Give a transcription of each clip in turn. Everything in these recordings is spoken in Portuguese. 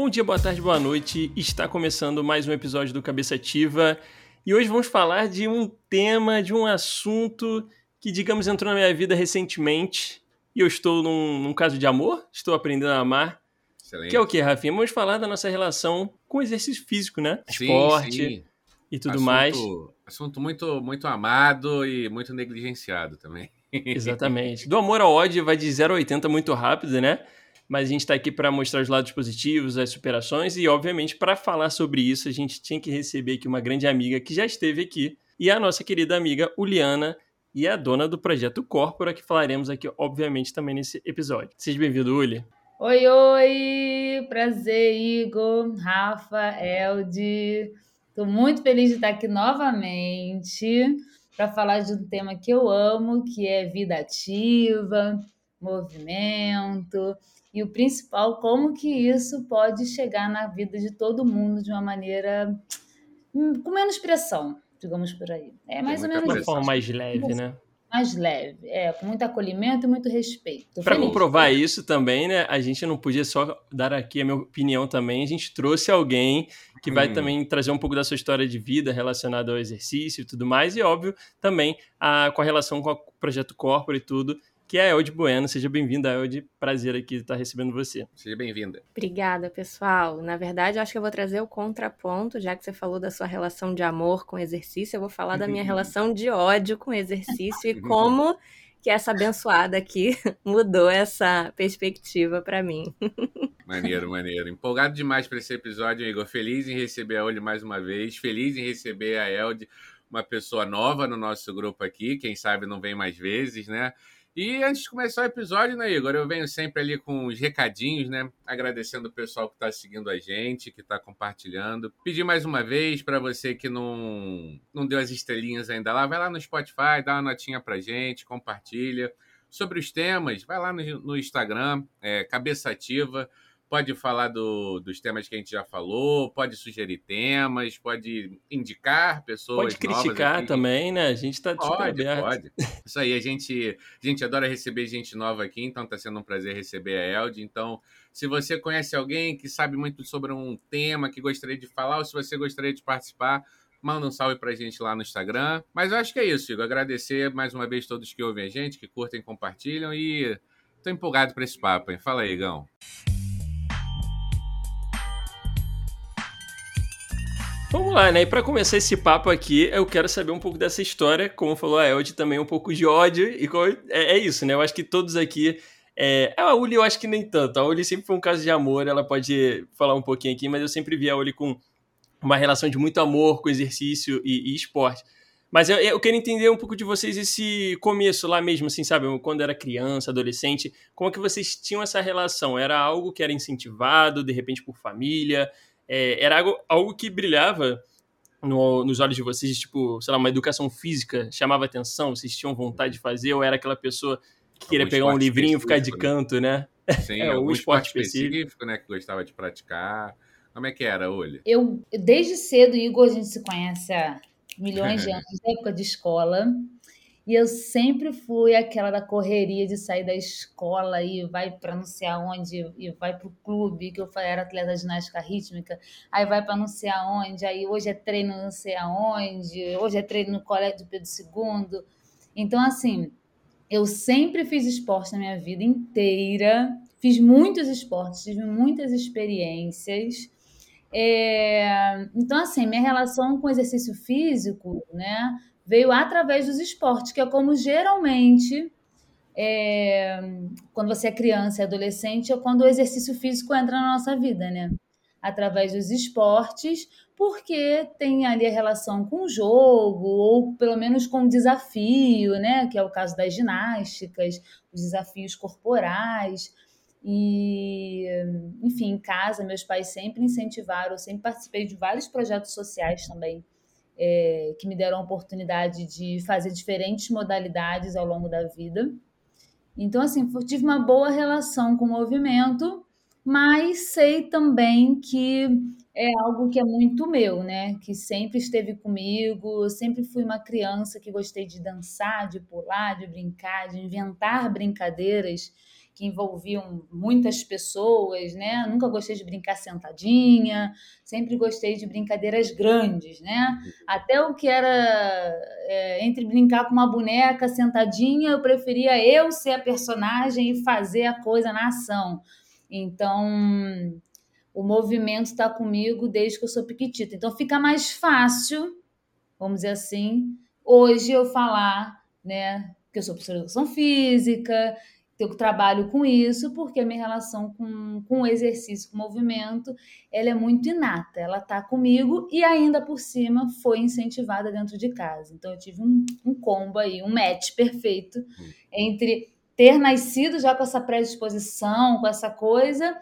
Bom dia, boa tarde, boa noite. Está começando mais um episódio do Cabeça Ativa e hoje vamos falar de um tema, de um assunto que, digamos, entrou na minha vida recentemente e eu estou num caso de amor, estou aprendendo a amar. Excelente. Que é o quê, Rafinha? Vamos falar da nossa relação com o exercício físico, né? Sim. Esporte e tudo mais. Assunto muito amado e muito negligenciado também. Exatamente. Do amor ao ódio vai de 0 a 80 muito rápido, né? Mas a gente está aqui para mostrar os lados positivos, as superações e, obviamente, para falar sobre isso, a gente tinha que receber aqui uma grande amiga que já esteve aqui e a nossa querida amiga Uliana e a dona do Projeto Corpora, que falaremos aqui, obviamente, também nesse episódio. Seja bem-vindo, Uli. Oi! Prazer, Igor, Rafa, Eldi. Estou muito feliz de estar aqui novamente para falar de um tema que eu amo, que é vida ativa, movimento e o principal, como que isso pode chegar na vida de todo mundo de uma maneira com menos pressão, digamos por aí. É mais ou menos uma isso. forma mais leve, né? Mais leve, com muito acolhimento e muito respeito. Para comprovar isso também, né, a gente não podia só dar aqui a minha opinião também, a gente trouxe alguém que vai também trazer um pouco da sua história de vida relacionada ao exercício e tudo mais, e óbvio, também com a relação com o Projeto Corpora e tudo, que é a Eldi Bueno. Seja bem-vinda, Eldi. Prazer aqui estar recebendo você. Seja bem-vinda. Obrigada, pessoal. Na verdade, eu acho que eu vou trazer o contraponto, já que você falou da sua relação de amor com exercício, eu vou falar da minha relação de ódio com exercício e como que essa abençoada aqui mudou essa perspectiva para mim. Maneiro. Empolgado demais para esse episódio, Igor. Feliz em receber a Uli mais uma vez. Feliz em receber a Eldi, uma pessoa nova no nosso grupo aqui. Quem sabe não vem mais vezes, né? E antes de começar o episódio, né, Igor, eu venho sempre ali com os recadinhos, né, agradecendo o pessoal que está seguindo a gente, que está compartilhando. Pedir mais uma vez para você que não deu as estrelinhas ainda lá, vai lá no Spotify, dá uma notinha pra gente, compartilha. Sobre os temas, vai lá no Instagram, Cabeça Ativa. Pode falar dos temas que a gente já falou, pode sugerir temas, pode indicar pessoas novas. Pode criticar aqui. Também, né? A gente está super aberto. Pode. Isso aí, a gente adora receber gente nova aqui, então está sendo um prazer receber a Eldi. Então, se você conhece alguém que sabe muito sobre um tema que gostaria de falar, ou se você gostaria de participar, manda um salve pra gente lá no Instagram. Mas eu acho que é isso, Igor. Agradecer mais uma vez todos que ouvem a gente, que curtem, compartilham, e tô empolgado para esse papo, hein? Fala aí, Igão. Vamos lá, né? E para começar esse papo aqui, eu quero saber um pouco dessa história, como falou a Eldi, também um pouco de ódio, e é isso, né? Eu acho que todos aqui... A Uli eu acho que nem tanto, a Uli sempre foi um caso de amor, ela pode falar um pouquinho aqui, mas eu sempre vi a Uli com uma relação de muito amor com exercício e esporte. Mas eu quero entender um pouco de vocês esse começo lá mesmo, assim, sabe? Quando era criança, adolescente, como é que vocês tinham essa relação? Era algo que era incentivado, de repente, por família? Era algo que brilhava nos olhos de vocês, tipo, sei lá, uma educação física chamava atenção, vocês tinham vontade de fazer, ou era aquela pessoa que queria pegar um livrinho e ficar de canto, né? Sim, algum esporte específico, né, que gostava de praticar. Como é que era, Olha? Eu, desde cedo, Igor, a gente se conhece há milhões de anos, na época de escola, e eu sempre fui aquela da correria de sair da escola e vai para não sei aonde, e vai para o clube, que eu era atleta de ginástica rítmica, aí vai para não sei aonde, aí hoje é treino não sei aonde, hoje é treino no Colégio Pedro II. Então, assim, eu sempre fiz esporte na minha vida inteira, fiz muitos esportes, tive muitas experiências. Então, assim, minha relação com o exercício físico, né, veio através dos esportes, que é como geralmente, quando você é criança e adolescente, é quando o exercício físico entra na nossa vida, né? Através dos esportes, porque tem ali a relação com o jogo, ou pelo menos com o desafio, né? Que é o caso das ginásticas, os desafios corporais. E, enfim, em casa, meus pais sempre incentivaram, eu sempre participei de vários projetos sociais também, que me deram a oportunidade de fazer diferentes modalidades ao longo da vida. Então, assim, tive uma boa relação com o movimento, mas sei também que é algo que é muito meu, né? Que sempre esteve comigo. Eu sempre fui uma criança que gostei de dançar, de pular, de brincar, de inventar brincadeiras que envolviam muitas pessoas, né? Nunca gostei de brincar sentadinha, sempre gostei de brincadeiras grandes, né? Até o que era entre brincar com uma boneca sentadinha, eu preferia eu ser a personagem e fazer a coisa na ação. Então, o movimento está comigo desde que eu sou piquitita. Então, fica mais fácil, vamos dizer assim, hoje eu falar, né, que eu sou professora de educação física, que eu trabalho com isso, porque a minha relação com o exercício, com o movimento, ela é muito inata, ela está comigo e ainda por cima foi incentivada dentro de casa. Então eu tive um combo aí, um match perfeito entre ter nascido já com essa predisposição, com essa coisa,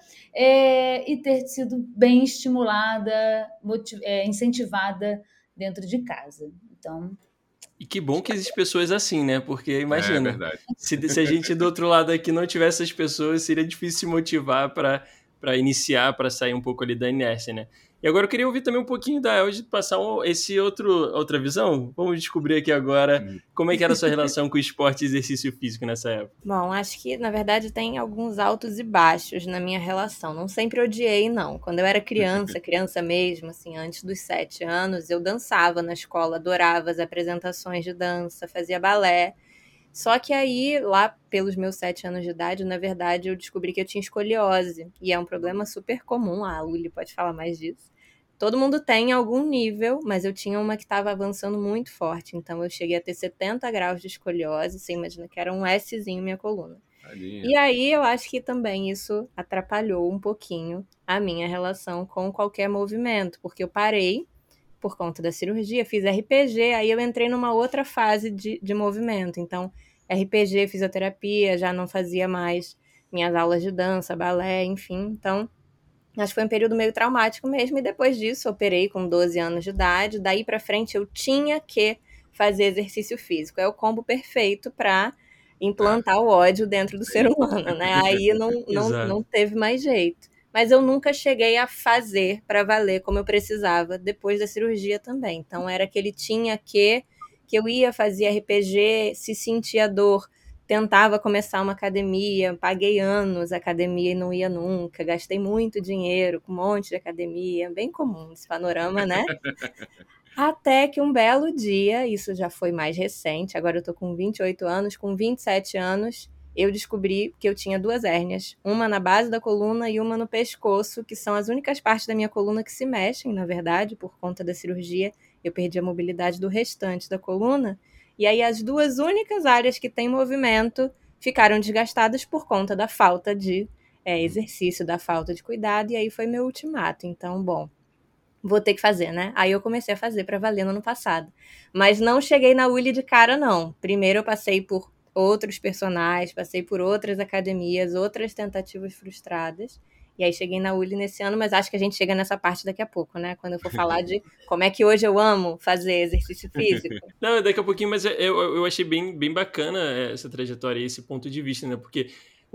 e ter sido bem estimulada, incentivada dentro de casa. Então, E que bom que existem pessoas assim, né? Porque É imagina, verdade. se a gente do outro lado aqui não tivesse essas pessoas, seria difícil se motivar para iniciar, para sair um pouco ali da inércia, né? E agora eu queria ouvir também um pouquinho da Elge, passar outra visão. Vamos descobrir aqui agora como é que era a sua relação com o esporte e exercício físico nessa época. Bom, acho que na verdade tem alguns altos e baixos na minha relação. Não sempre odiei, não. Quando eu era criança mesmo, assim, antes dos 7 anos, eu dançava na escola, adorava as apresentações de dança, fazia balé. Só que aí, lá pelos meus 7 anos de idade, na verdade, eu descobri que eu tinha escoliose. E é um problema super comum, a Luli pode falar mais disso. Todo mundo tem em algum nível, mas eu tinha uma que estava avançando muito forte. Então eu cheguei a ter 70 graus de escoliose. Você imagina que era um Szinho minha coluna. Tadinha. E aí eu acho que também isso atrapalhou um pouquinho a minha relação com qualquer movimento, porque eu parei por conta da cirurgia, fiz RPG, aí eu entrei numa outra fase de movimento. Então, RPG, fisioterapia, já não fazia mais minhas aulas de dança, balé, enfim. Então, acho que foi um período meio traumático mesmo. E depois disso, operei com 12 anos de idade. Daí pra frente, eu tinha que fazer exercício físico. É o combo perfeito para implantar o ódio dentro do ser humano, né? Aí não teve mais jeito. Mas eu nunca cheguei a fazer para valer como eu precisava depois da cirurgia também. Então era aquele tinha que eu ia fazer RPG, se sentia dor, tentava começar uma academia, paguei anos academia e não ia nunca, gastei muito dinheiro com um monte de academia, bem comum esse panorama, né? Até que um belo dia, isso já foi mais recente, agora eu tô com 28 anos, com 27 anos, eu descobri que eu tinha 2 hérnias, uma na base da coluna e uma no pescoço, que são as únicas partes da minha coluna que se mexem, na verdade, por conta da cirurgia. Eu perdi a mobilidade do restante da coluna, e aí as 2 únicas áreas que têm movimento ficaram desgastadas por conta da falta de exercício, da falta de cuidado, e aí foi meu ultimato. Então, bom, vou ter que fazer, né? Aí eu comecei a fazer para valer no ano passado. Mas não cheguei na Uli de cara, não. Primeiro eu passei por outros personagens, passei por outras academias, outras tentativas frustradas. E aí cheguei na Uli nesse ano, mas acho que a gente chega nessa parte daqui a pouco, né? Quando eu for falar de como é que hoje eu amo fazer exercício físico. Não, daqui a pouquinho, mas eu achei bem bacana essa trajetória, esse ponto de vista, né? Porque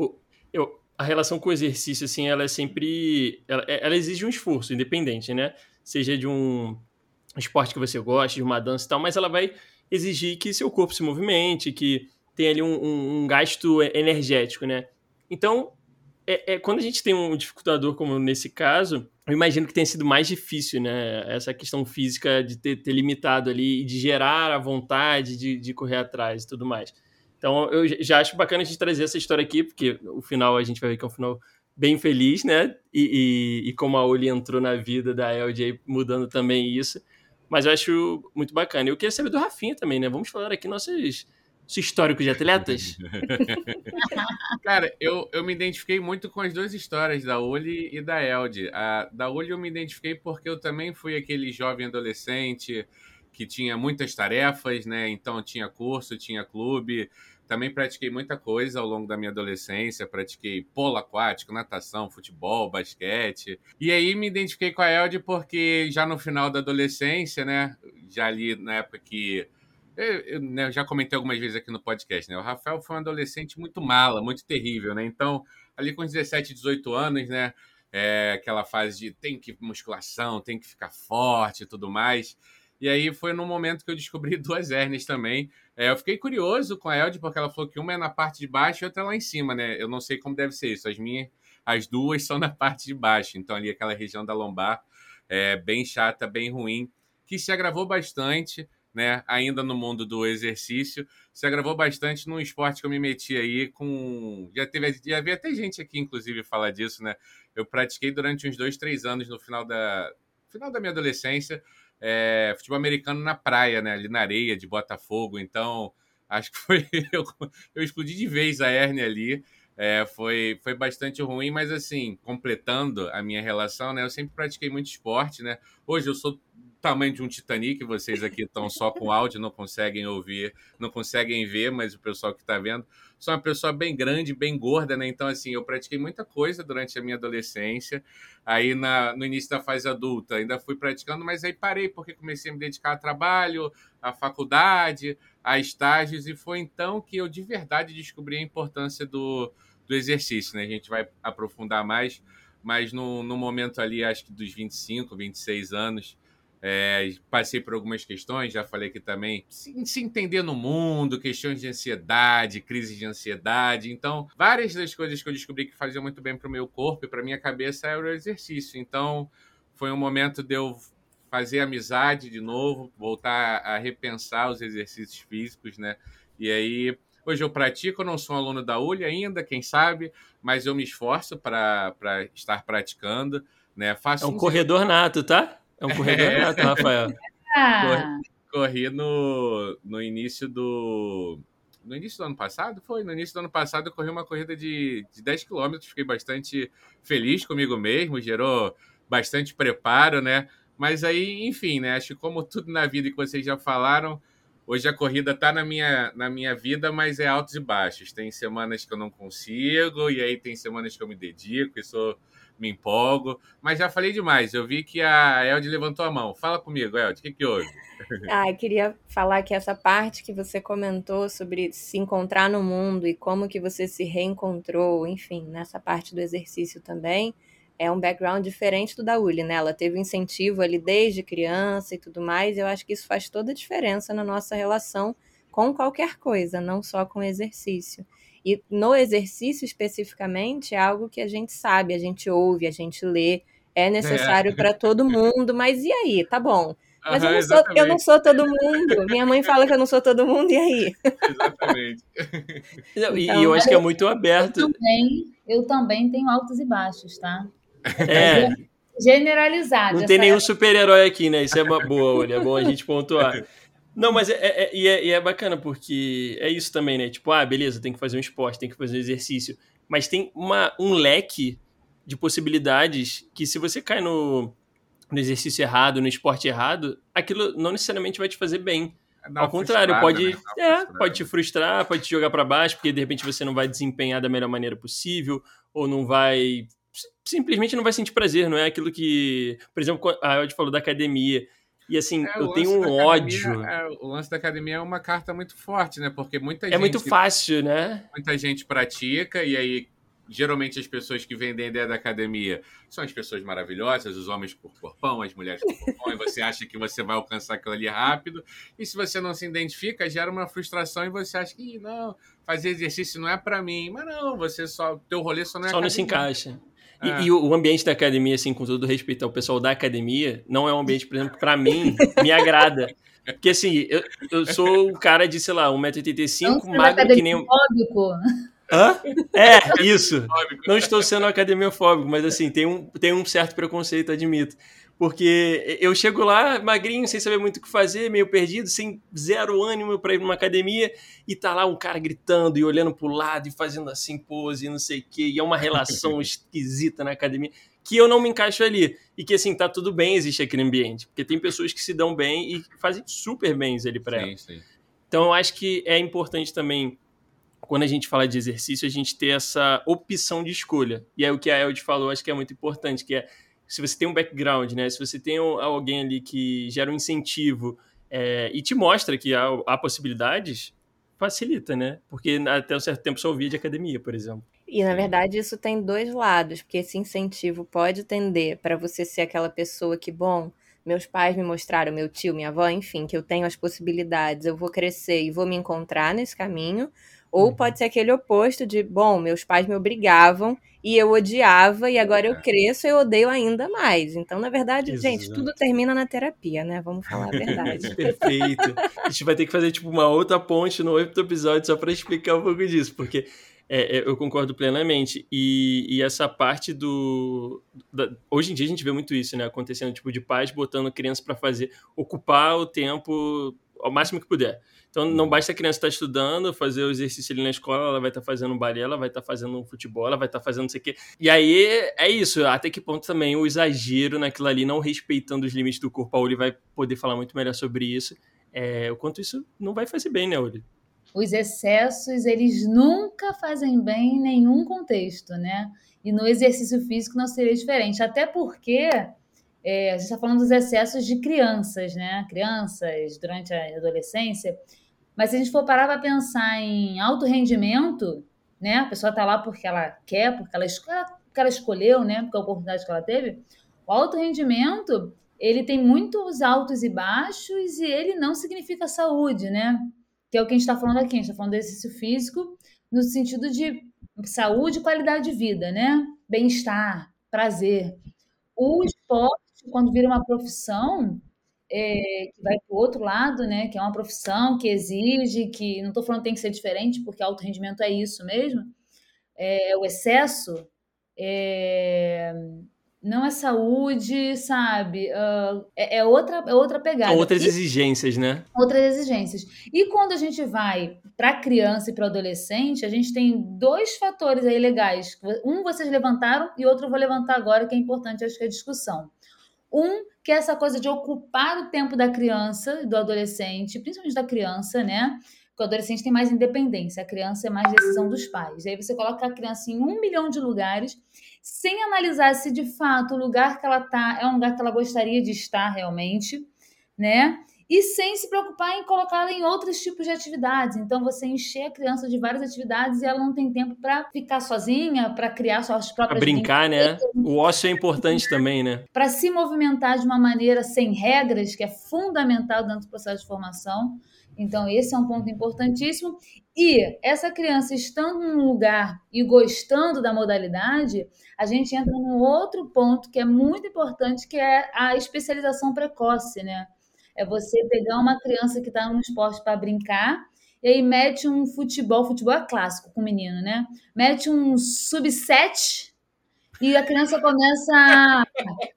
a relação com o exercício, assim, ela é sempre... Ela exige um esforço independente, né? Seja de um esporte que você gosta, de uma dança e tal, mas ela vai exigir que seu corpo se movimente, que tenha ali um gasto energético, né? Então, quando a gente tem um dificultador como nesse caso, eu imagino que tenha sido mais difícil, né? Essa questão física de ter limitado ali e de gerar a vontade de correr atrás e tudo mais. Então, eu já acho bacana a gente trazer essa história aqui, porque o final a gente vai ver que é um final bem feliz, né? E como a Uli entrou na vida da LJ, mudando também isso. Mas eu acho muito bacana. Eu queria saber do Rafinha também, né? Vamos falar aqui nosso histórico de atletas. Cara, eu me identifiquei muito com as 2 histórias, da Uli e da Elde. A da Uli eu me identifiquei porque eu também fui aquele jovem adolescente que tinha muitas tarefas, né? Então tinha curso, tinha clube. Também pratiquei muita coisa ao longo da minha adolescência. Pratiquei polo aquático, natação, futebol, basquete. E aí me identifiquei com a Elde porque já no final da adolescência, né? Já ali na época que Né, eu já comentei algumas vezes aqui no podcast, né? O Rafael foi um adolescente muito mala, muito terrível, né? Então, ali com 17, 18 anos, né? Aquela fase de tem que musculação, tem que ficar forte e tudo mais. E aí foi no momento que eu descobri duas hérnias também. Eu fiquei curioso com a Elde, porque ela falou que uma é na parte de baixo e outra é lá em cima, né? Eu não sei como deve ser isso. As duas são na parte de baixo. Então, ali aquela região da lombar bem chata, bem ruim, que se agravou bastante, né? Ainda no mundo do exercício, se agravou bastante num esporte que eu me meti aí com... Já vi até gente aqui, inclusive, falar disso, né? Eu pratiquei durante uns 2, 3 anos no final da minha adolescência, futebol americano na praia, né? Ali na areia de Botafogo. Então, acho que foi... Eu explodi de vez a hérnia ali. Foi bastante ruim, mas assim, completando a minha relação, né? Eu sempre pratiquei muito esporte, né? Hoje eu sou do tamanho de um Titanic, vocês aqui estão só com áudio, não conseguem ouvir, não conseguem ver, mas o pessoal que está vendo, sou uma pessoa bem grande, bem gorda, né? Então, assim, eu pratiquei muita coisa durante a minha adolescência. Aí, no início da fase adulta, ainda fui praticando, mas aí parei, porque comecei a me dedicar ao trabalho, à faculdade, a estágios, e foi então que eu de verdade descobri a importância do exercício, né? A gente vai aprofundar mais, mas no momento ali, acho que dos 25, 26 anos, passei por algumas questões, já falei aqui também, se entender no mundo, questões de ansiedade, crise de ansiedade. Então, várias das coisas que eu descobri que faziam muito bem para o meu corpo e para a minha cabeça era o exercício. Então, foi um momento de eu fazer amizade de novo, voltar a repensar os exercícios físicos, né? E aí, hoje eu pratico, eu não sou um aluno da ULI ainda, quem sabe, mas eu me esforço para estar praticando, né? É um corredor nato, tá? É um corredor nato, Rafael. Corri no início do... No início do ano passado? Foi. No início do ano passado eu corri uma corrida de 10 quilômetros. Fiquei bastante feliz comigo mesmo. Gerou bastante preparo, né? Mas aí, enfim, né? Acho que como tudo na vida que vocês já falaram, hoje a corrida está na minha vida, mas é altos e baixos. Tem semanas que eu não consigo, e aí tem semanas que eu me dedico e me empolgo. Mas já falei demais. Eu vi que a Elde levantou a mão. Fala comigo, Elde, o que houve? Eu queria falar que essa parte que você comentou sobre se encontrar no mundo e como que você se reencontrou, enfim, nessa parte do exercício também, é um background diferente do da Uli, né? Ela teve um incentivo ali desde criança e tudo mais, e eu acho que isso faz toda a diferença na nossa relação com qualquer coisa, não só com exercício. E no exercício especificamente é algo que a gente sabe, a gente ouve, a gente lê, é necessário para todo mundo, mas e aí? Tá bom. Mas eu não sou todo mundo. Minha mãe fala que eu não sou todo mundo, e aí? Exatamente. Então, e eu acho que é muito aberto. Eu também tenho altos e baixos, tá? É. Generalizado. Não tem nenhum super-herói aqui, né? Isso é uma boa, olha, é bom a gente pontuar. Não, mas é bacana, porque é isso também, né? Tipo, beleza, tem que fazer um esporte, tem que fazer um exercício. Mas tem um leque de possibilidades que se você cai no exercício errado, no esporte errado, aquilo não necessariamente vai te fazer bem. Ao contrário, pode te frustrar, pode te jogar para baixo, porque de repente você não vai desempenhar da melhor maneira possível, ou não vai... Simplesmente não vai sentir prazer, não é aquilo que... Por exemplo, a Elde falou da academia. E assim, eu tenho um ódio. O lance da academia é uma carta muito forte, né? Porque muita gente... É muito fácil, né? Muita gente pratica, e aí geralmente as pessoas que vendem a ideia da academia são as pessoas maravilhosas, os homens por corpão, as mulheres por corpão, e você acha que você vai alcançar aquilo ali rápido, e se você não se identifica, gera uma frustração e você acha que não, fazer exercício não é para mim, mas não, teu rolê só não é só academia. Não se encaixa. E o ambiente da academia, assim, com todo respeito ao pessoal da academia, não é um ambiente, por exemplo, para mim, me agrada. Porque, assim, eu sou o cara de, sei lá, 1,85m, magro que nem... Hã? Isso. Não estou sendo academiofóbico, mas assim, tem um certo preconceito, admito. Porque eu chego lá, magrinho, sem saber muito o que fazer, meio perdido, sem zero ânimo para ir numa academia, e tá lá um cara gritando e olhando pro lado e fazendo assim pose e não sei o quê, e é uma relação esquisita na academia, que eu não me encaixo ali. E que assim, tá tudo bem existir aquele ambiente, porque tem pessoas que se dão bem e fazem super bem ali pra ela. Sim. Então eu acho que é importante também, quando a gente fala de exercício, a gente ter essa opção de escolha. E aí o que a Elde falou, acho que é muito importante, que é se você tem um background, né? Se você tem alguém ali que gera um incentivo, e te mostra que há possibilidades, facilita, né? Porque até um certo tempo só ouvia de academia, por exemplo. E, na verdade, isso tem dois lados, porque esse incentivo pode tender para você ser aquela pessoa que, bom, meus pais me mostraram, meu tio, minha avó, enfim, que eu tenho as possibilidades, eu vou crescer e vou me encontrar nesse caminho. Ou pode ser aquele oposto de, bom, meus pais me obrigavam e eu odiava e agora eu cresço e eu odeio ainda mais. Então, na verdade, gente, tudo termina na terapia, né? Vamos falar a verdade. Perfeito. A gente vai ter que fazer tipo uma outra ponte no outro episódio só para explicar um pouco disso, porque eu concordo plenamente. E essa parte hoje em dia a gente vê muito isso, né? Acontecendo, tipo, de pais botando criança para ocupar o tempo ao máximo que puder. Então, não basta a criança estar estudando, fazer o exercício ali na escola, ela vai estar fazendo um balé, ela vai estar fazendo um futebol, ela vai estar fazendo não sei o quê. E aí, é isso. Até que ponto também o exagero naquilo ali, não respeitando os limites do corpo. A Uli vai poder falar muito melhor sobre isso. O quanto isso não vai fazer bem, né, Uli? Os excessos, eles nunca fazem bem em nenhum contexto, né? E no exercício físico não seria diferente. Até porque a gente está falando dos excessos de crianças, né? Crianças durante a adolescência. Mas se a gente for parar para pensar em alto rendimento, né? A pessoa está lá porque ela quer, porque ela escolheu, né? Porque a oportunidade que ela teve. O alto rendimento, ele tem muitos altos e baixos e ele não significa saúde, né? Que é o que a gente está falando aqui. A gente está falando do exercício físico no sentido de saúde e qualidade de vida, né? Bem-estar, prazer. O esporte, quando vira uma profissão, que vai para o outro lado, né? Que é uma profissão que exige, que não estou falando que tem que ser diferente, porque alto rendimento é isso mesmo, o excesso, é, não é saúde, sabe? É outra pegada. Outras exigências, né? Outras exigências. E quando a gente vai para a criança e para o adolescente, a gente tem dois fatores aí legais. Um vocês levantaram e outro eu vou levantar agora, que é importante, acho que é a discussão. Que é essa coisa de ocupar o tempo da criança e do adolescente, principalmente da criança, né? Porque o adolescente tem mais independência, a criança é mais decisão dos pais. E aí você coloca a criança em 1 milhão de lugares, sem analisar se de fato o lugar que ela está é um lugar que ela gostaria de estar realmente, né? E sem se preocupar em colocá-la em outros tipos de atividades. Então, você encher a criança de várias atividades e ela não tem tempo para ficar sozinha, para criar suas próprias brincar, né? O ócio é importante também, né? Para se movimentar de uma maneira sem regras, que é fundamental dentro do processo de formação. Então, esse é um ponto importantíssimo. E essa criança estando num lugar e gostando da modalidade, a gente entra num outro ponto que é muito importante, que é a especialização precoce, né? É você pegar uma criança que está num esporte para brincar e aí mete um futebol é clássico com o menino, né? Mete um sub-7 e a criança começa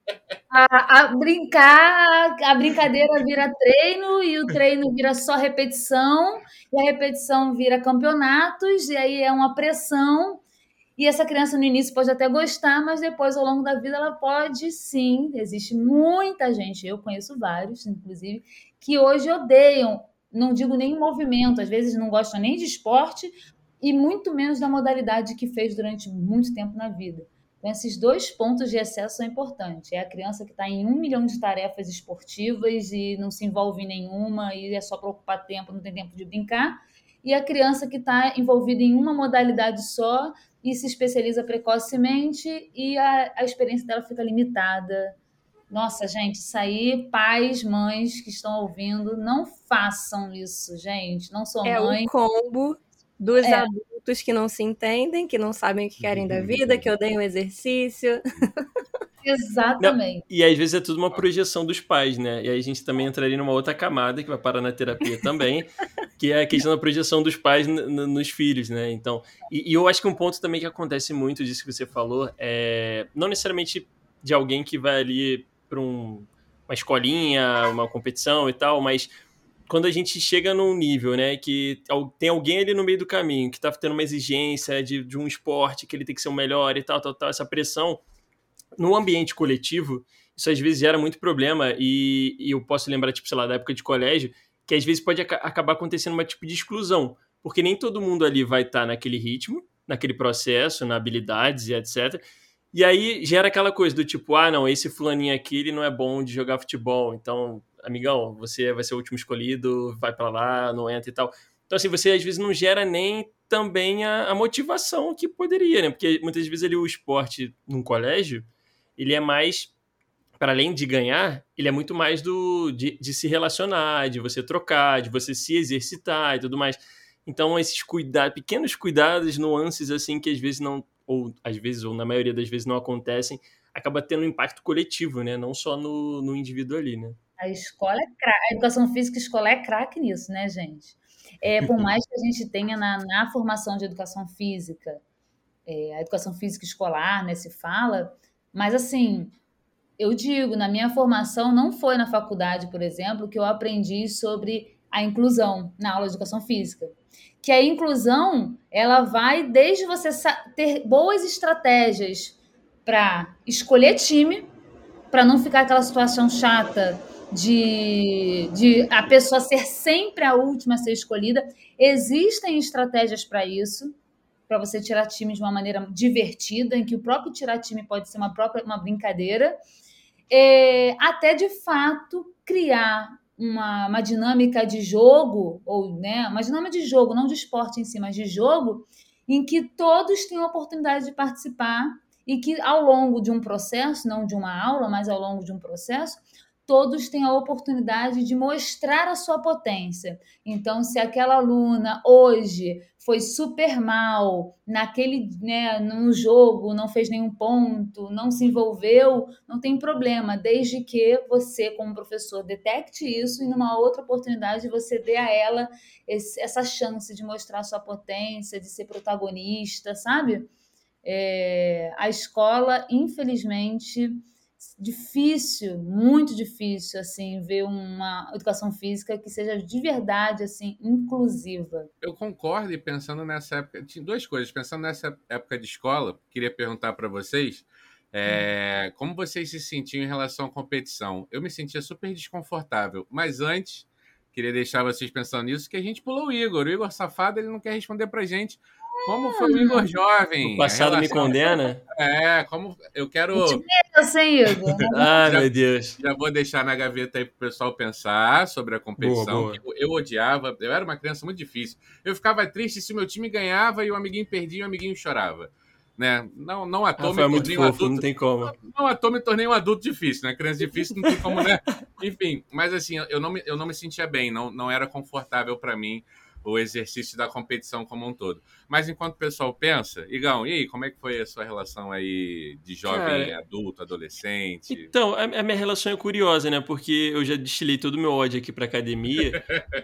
a brincar, a brincadeira vira treino e o treino vira só repetição e a repetição vira campeonatos e aí é uma pressão. E essa criança no início pode até gostar, mas depois, ao longo da vida, ela pode sim. Existe muita gente, eu conheço vários, inclusive, que hoje odeiam, não digo nem movimento, às vezes não gostam nem de esporte e muito menos da modalidade que fez durante muito tempo na vida. Então, esses dois pontos de excesso são importantes. É a criança que está em 1 milhão de tarefas esportivas e não se envolve em nenhuma e é só para ocupar tempo, não tem tempo de brincar. E a criança que está envolvida em uma modalidade só e se especializa precocemente e a experiência dela fica limitada. Nossa, gente, isso aí, pais, mães que estão ouvindo, não façam isso, gente. Não sou mãe. É o combo dos adultos que não se entendem, que não sabem o que querem da vida, que odeiam exercício. Exatamente. Não, e às vezes é tudo uma projeção dos pais, né? E aí a gente também entraria numa outra camada que vai parar na terapia também, que é a questão da projeção dos pais nos filhos, né? Então, e eu acho que um ponto também que acontece muito disso que você falou é não necessariamente de alguém que vai ali para uma escolinha, uma competição e tal, mas quando a gente chega num nível, né, que tem alguém ali no meio do caminho que tá tendo uma exigência de um esporte, que ele tem que ser o melhor e tal, essa pressão, no ambiente coletivo, isso às vezes gera muito problema e eu posso lembrar, tipo, sei lá, da época de colégio, que às vezes pode acabar acontecendo uma tipo de exclusão, porque nem todo mundo ali vai estar naquele ritmo, naquele processo, na habilidades e etc. E aí gera aquela coisa do tipo, não, esse fulaninho aqui, ele não é bom de jogar futebol, então, amigão, você vai ser o último escolhido, vai pra lá, não entra e tal. Então, assim, você às vezes não gera nem também a motivação que poderia, né? Porque muitas vezes ali o esporte num colégio, ele é mais, para além de ganhar, ele é muito mais de se relacionar, de você trocar, de você se exercitar e tudo mais. Então, esses cuidados, pequenos cuidados, nuances, assim, que às vezes não, ou às vezes, ou na maioria das vezes não acontecem, acaba tendo um impacto coletivo, né? Não só no indivíduo ali, né? A escola é craque, a educação física escolar é craque nisso, né, gente? Por mais que a gente tenha na formação de educação física, a educação física escolar, né, se fala, mas assim, eu digo, na minha formação, não foi na faculdade, por exemplo, que eu aprendi sobre a inclusão na aula de educação física. Que a inclusão, ela vai desde você ter boas estratégias para escolher time, para não ficar aquela situação chata de a pessoa ser sempre a última a ser escolhida. Existem estratégias para isso, para você tirar time de uma maneira divertida, em que o próprio tirar time pode ser uma brincadeira, até de fato criar uma dinâmica de jogo, ou né, uma dinâmica de jogo, não de esporte em si, mas de jogo, em que todos têm a oportunidade de participar e que ao longo de um processo, não de uma aula, mas ao longo de um processo, todos têm a oportunidade de mostrar a sua potência. Então, se aquela aluna hoje foi super mal no jogo, não fez nenhum ponto, não se envolveu, não tem problema, desde que você, como professor, detecte isso e numa outra oportunidade você dê a ela essa chance de mostrar a sua potência, de ser protagonista, sabe? A escola, infelizmente, difícil, muito difícil, assim, ver uma educação física que seja de verdade, assim, inclusiva. Eu concordo, e pensando nessa época, tinha duas coisas. Pensando nessa época de escola, queria perguntar para vocês como vocês se sentiam em relação à competição. Eu me sentia super desconfortável, mas antes, queria deixar vocês pensando nisso, que a gente pulou o Igor. O Igor safado, ele não quer responder pra gente. Como foi o Igor jovem? O passado me condena? Como eu quero... Sem Igor. Meu Deus. Já vou deixar na gaveta aí pro pessoal pensar sobre a competição. Boa. Eu odiava, eu era uma criança muito difícil. Eu ficava triste se meu time ganhava e o amiguinho perdia e o amiguinho chorava. Né? Não à toa me tornei um adulto. Não tem como. Não à toa me tornei um adulto difícil, né? Criança difícil não tem como, né? Enfim, mas assim, eu não me sentia bem, não era confortável para mim o exercício da competição como um todo. Mas enquanto o pessoal pensa, Igão, e aí, como é que foi a sua relação aí de jovem, adulto, adolescente? Então, a minha relação é curiosa, né? Porque eu já destilei todo o meu ódio aqui pra academia,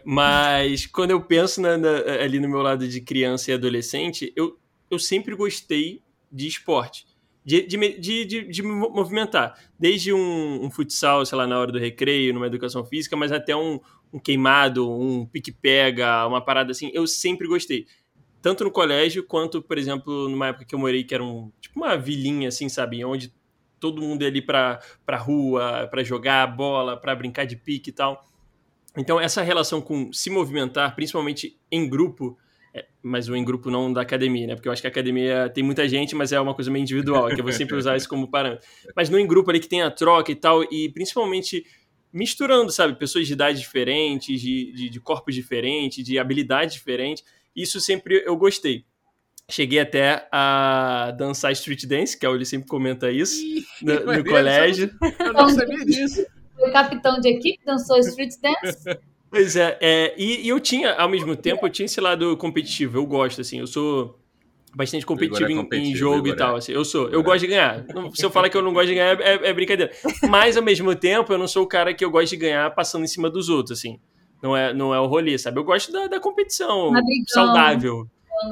mas quando eu penso ali no meu lado de criança e adolescente, eu sempre gostei de esporte, de me movimentar. Desde um futsal, sei lá, na hora do recreio, numa educação física, mas até um queimado, um pique-pega, uma parada assim, eu sempre gostei. Tanto no colégio, quanto, por exemplo, numa época que eu morei, que era tipo uma vilinha, assim, sabe? Onde todo mundo ia ali pra rua, pra jogar bola, pra brincar de pique e tal. Então, essa relação com se movimentar, principalmente em grupo, mas o em grupo não da academia, né? Porque eu acho que a academia tem muita gente, mas é uma coisa meio individual, que eu vou sempre usar isso como parâmetro. Mas no em grupo ali que tem a troca e tal, e principalmente misturando, sabe? Pessoas de idade diferentes, de corpos diferentes, de habilidades diferentes. Isso sempre eu gostei. Cheguei até a dançar street dance, que a Oli sempre comenta isso, no colégio. Eu não sabia disso. Foi capitão de equipe, dançou street dance? Pois e eu tinha, ao mesmo tempo, eu tinha esse lado competitivo, eu gosto, assim, eu sou bastante competitivo em jogo e tal, assim, eu gosto de ganhar. Se eu falar que eu não gosto de ganhar, é brincadeira. Mas, ao mesmo tempo, eu não sou o cara que eu gosto de ganhar passando em cima dos outros, assim. Não é o rolê, sabe? Eu gosto da competição saudável.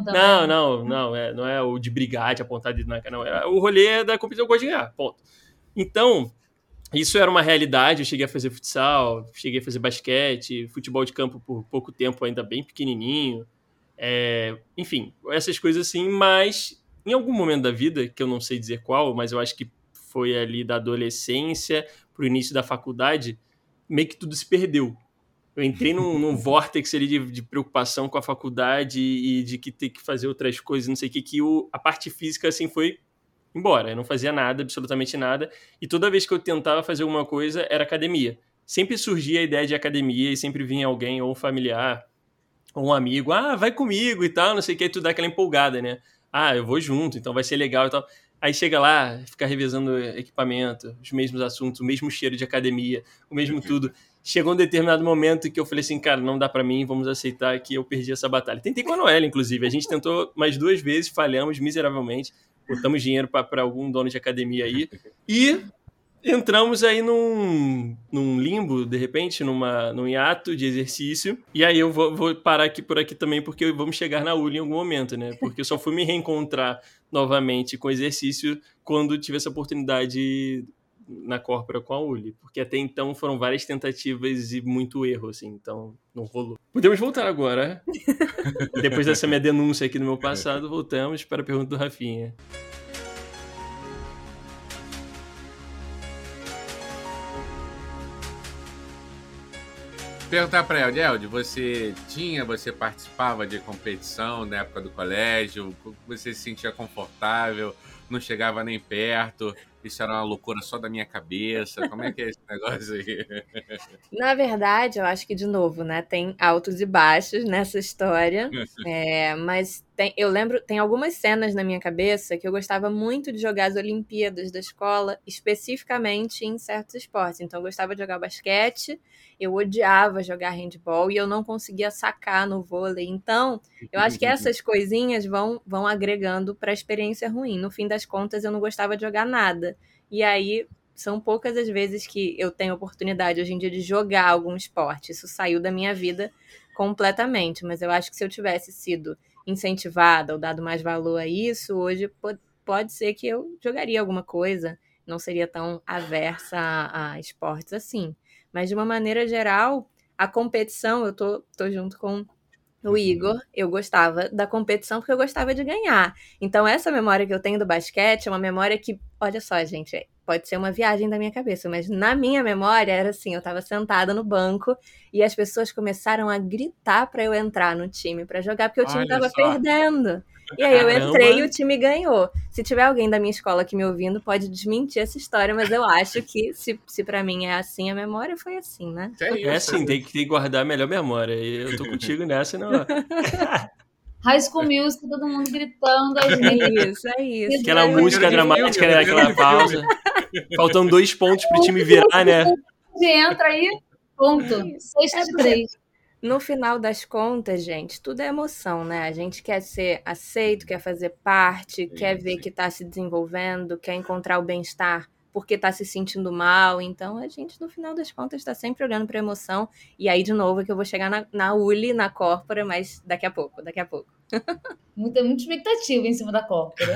Não é o de brigar, de apontar dedo na cara, não. O rolê da competição, eu gosto de ganhar, ponto. Então, isso era uma realidade, eu cheguei a fazer futsal, cheguei a fazer basquete, futebol de campo por pouco tempo, ainda bem pequenininho. Enfim, essas coisas assim, mas em algum momento da vida, que eu não sei dizer qual, mas eu acho que foi ali da adolescência pro início da faculdade, meio que tudo se perdeu. Eu entrei num vórtice ali de preocupação com a faculdade e de que ter que fazer outras coisas, não sei o que a parte física, assim, foi embora. Eu não fazia nada, absolutamente nada. E toda vez que eu tentava fazer alguma coisa, era academia. Sempre surgia a ideia de academia e sempre vinha alguém, ou um familiar, ou um amigo, vai comigo e tal, não sei o que, aí tu dá aquela empolgada, né? Eu vou junto, então vai ser legal e tal. Aí chega lá, fica revezando equipamento, os mesmos assuntos, o mesmo cheiro de academia, o mesmo tudo. Chegou um determinado momento que eu falei assim, cara, não dá pra mim, vamos aceitar que eu perdi essa batalha. Tentei com a Noelle, inclusive. A gente tentou mais 2 vezes, falhamos miseravelmente. Botamos dinheiro pra algum dono de academia aí. E entramos aí num limbo, de repente, num hiato de exercício. E aí eu vou parar por aqui também, porque vamos chegar na Uli em algum momento, né? Porque eu só fui me reencontrar novamente com exercício quando tive essa oportunidade na Corpora com a Uli. Porque até então foram várias tentativas e muito erro, assim. Então, não rolou. Podemos voltar agora. Depois dessa minha denúncia aqui no meu passado, voltamos para a pergunta do Rafinha. Perguntar para Elde, você participava de competição na época do colégio? Você se sentia confortável? Não chegava nem perto? Isso era uma loucura só da minha cabeça? Como é que é esse negócio aí? Na verdade, eu acho que, de novo, né, tem altos e baixos nessa história, mas eu lembro, tem algumas cenas na minha cabeça que eu gostava muito de jogar as Olimpíadas da escola, especificamente em certos esportes. Então, eu gostava de jogar basquete, eu odiava jogar handball e eu não conseguia sacar no vôlei. Então, eu acho que essas coisinhas vão agregando para a experiência ruim. No fim das contas, eu não gostava de jogar nada. E aí, são poucas as vezes que eu tenho oportunidade hoje em dia de jogar algum esporte. Isso saiu da minha vida completamente. Mas eu acho que se eu tivesse sido incentivada ou dado mais valor a isso, hoje pode ser que eu jogaria alguma coisa. Não seria tão aversa a esportes assim. Mas, de uma maneira geral, a competição, eu tô junto com o Igor, eu gostava da competição porque eu gostava de ganhar. Então, essa memória que eu tenho do basquete é uma memória que, olha só, gente, pode ser uma viagem da minha cabeça, mas na minha memória era assim, eu tava sentada no banco e as pessoas começaram a gritar pra eu entrar no time pra jogar, porque o time tava perdendo. E aí eu entrei e o time ganhou. Se tiver alguém da minha escola aqui me ouvindo, pode desmentir essa história, mas eu acho que se pra mim é assim, a memória foi assim, né? É sim, tem que guardar a melhor memória. Eu tô contigo nessa, não. High School Music, todo mundo gritando. É isso. Aquela música dramática, né? Aquela pausa. Faltando 2 pontos pro time virar, né? Entra aí, ponto. 6-3. No final das contas, gente, tudo é emoção, né? A gente quer ser aceito, quer fazer parte, quer ver que tá se desenvolvendo, quer encontrar o bem-estar porque tá se sentindo mal. Então, a gente, no final das contas, tá sempre olhando pra emoção. E aí, de novo, é que eu vou chegar na Uli, na Corpora, mas daqui a pouco. Muita expectativa em cima da Corpora.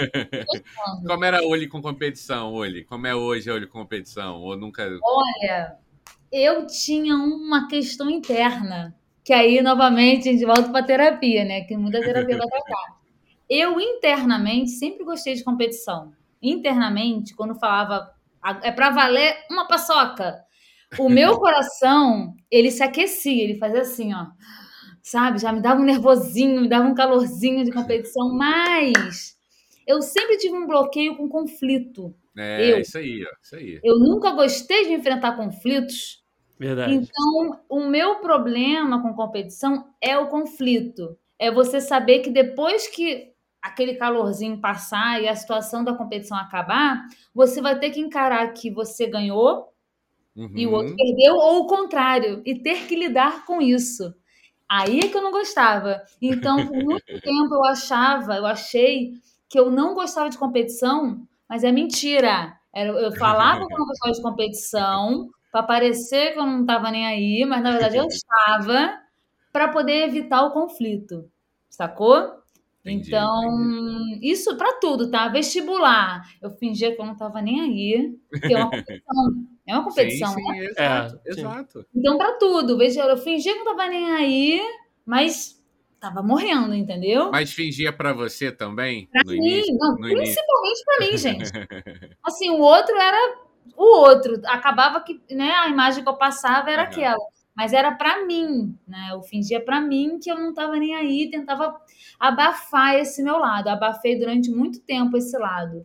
Como era a Uli com competição, Uli? Como é hoje a Uli com competição? Ou nunca... Olha, eu tinha uma questão interna, que aí, novamente, a gente volta pra terapia, né? Que muita terapia vai tratar. Eu, internamente, sempre gostei de competição. Internamente, quando falava é pra valer uma paçoca, o meu coração, ele se aquecia, ele fazia assim, ó, sabe? Já me dava um nervosinho, me dava um calorzinho de competição, mas eu sempre tive um bloqueio com conflito. Isso aí. Eu nunca gostei de enfrentar conflitos. Verdade. Então, o meu problema com competição é o conflito. É você saber que depois que aquele calorzinho passar e a situação da competição acabar, você vai ter que encarar que você ganhou e o outro perdeu, ou o contrário, e ter que lidar com isso. Aí é que eu não gostava. Então, por muito tempo eu achei que eu não gostava de competição, mas é mentira. Eu falava que eu não gostava de competição, para parecer que eu não estava nem aí, mas na verdade eu estava para poder evitar o conflito. Sacou? Entendi. Isso para tudo, tá? Vestibular. Eu fingia que eu não estava nem aí, porque é uma competição. É uma competição, sim, né? Exato. Então, para tudo. Eu fingia que não estava nem aí, mas estava morrendo, entendeu? Mas fingia para você também? Pra mim, principalmente para mim, gente. Assim, o outro era o outro. Acabava que, né, a imagem que eu passava era aquela. Mas era para mim, né? Eu fingia para mim que eu não estava nem aí, tentava abafar esse meu lado. Abafei durante muito tempo esse lado.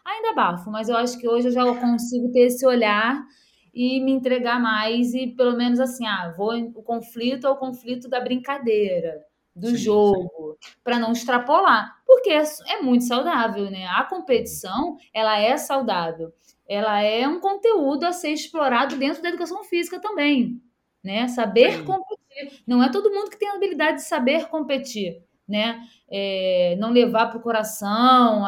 Ainda abafo, mas eu acho que hoje eu já consigo ter esse olhar e me entregar mais e pelo menos assim, o conflito é o conflito da brincadeira, do Sim, sim. jogo, para não extrapolar, porque é muito saudável, né? A Uhum. competição, ela é saudável. Ela é um conteúdo a ser explorado dentro da educação física também, né? Saber Sim. competir. Não é todo mundo que tem a habilidade de saber competir, né? Não levar para o coração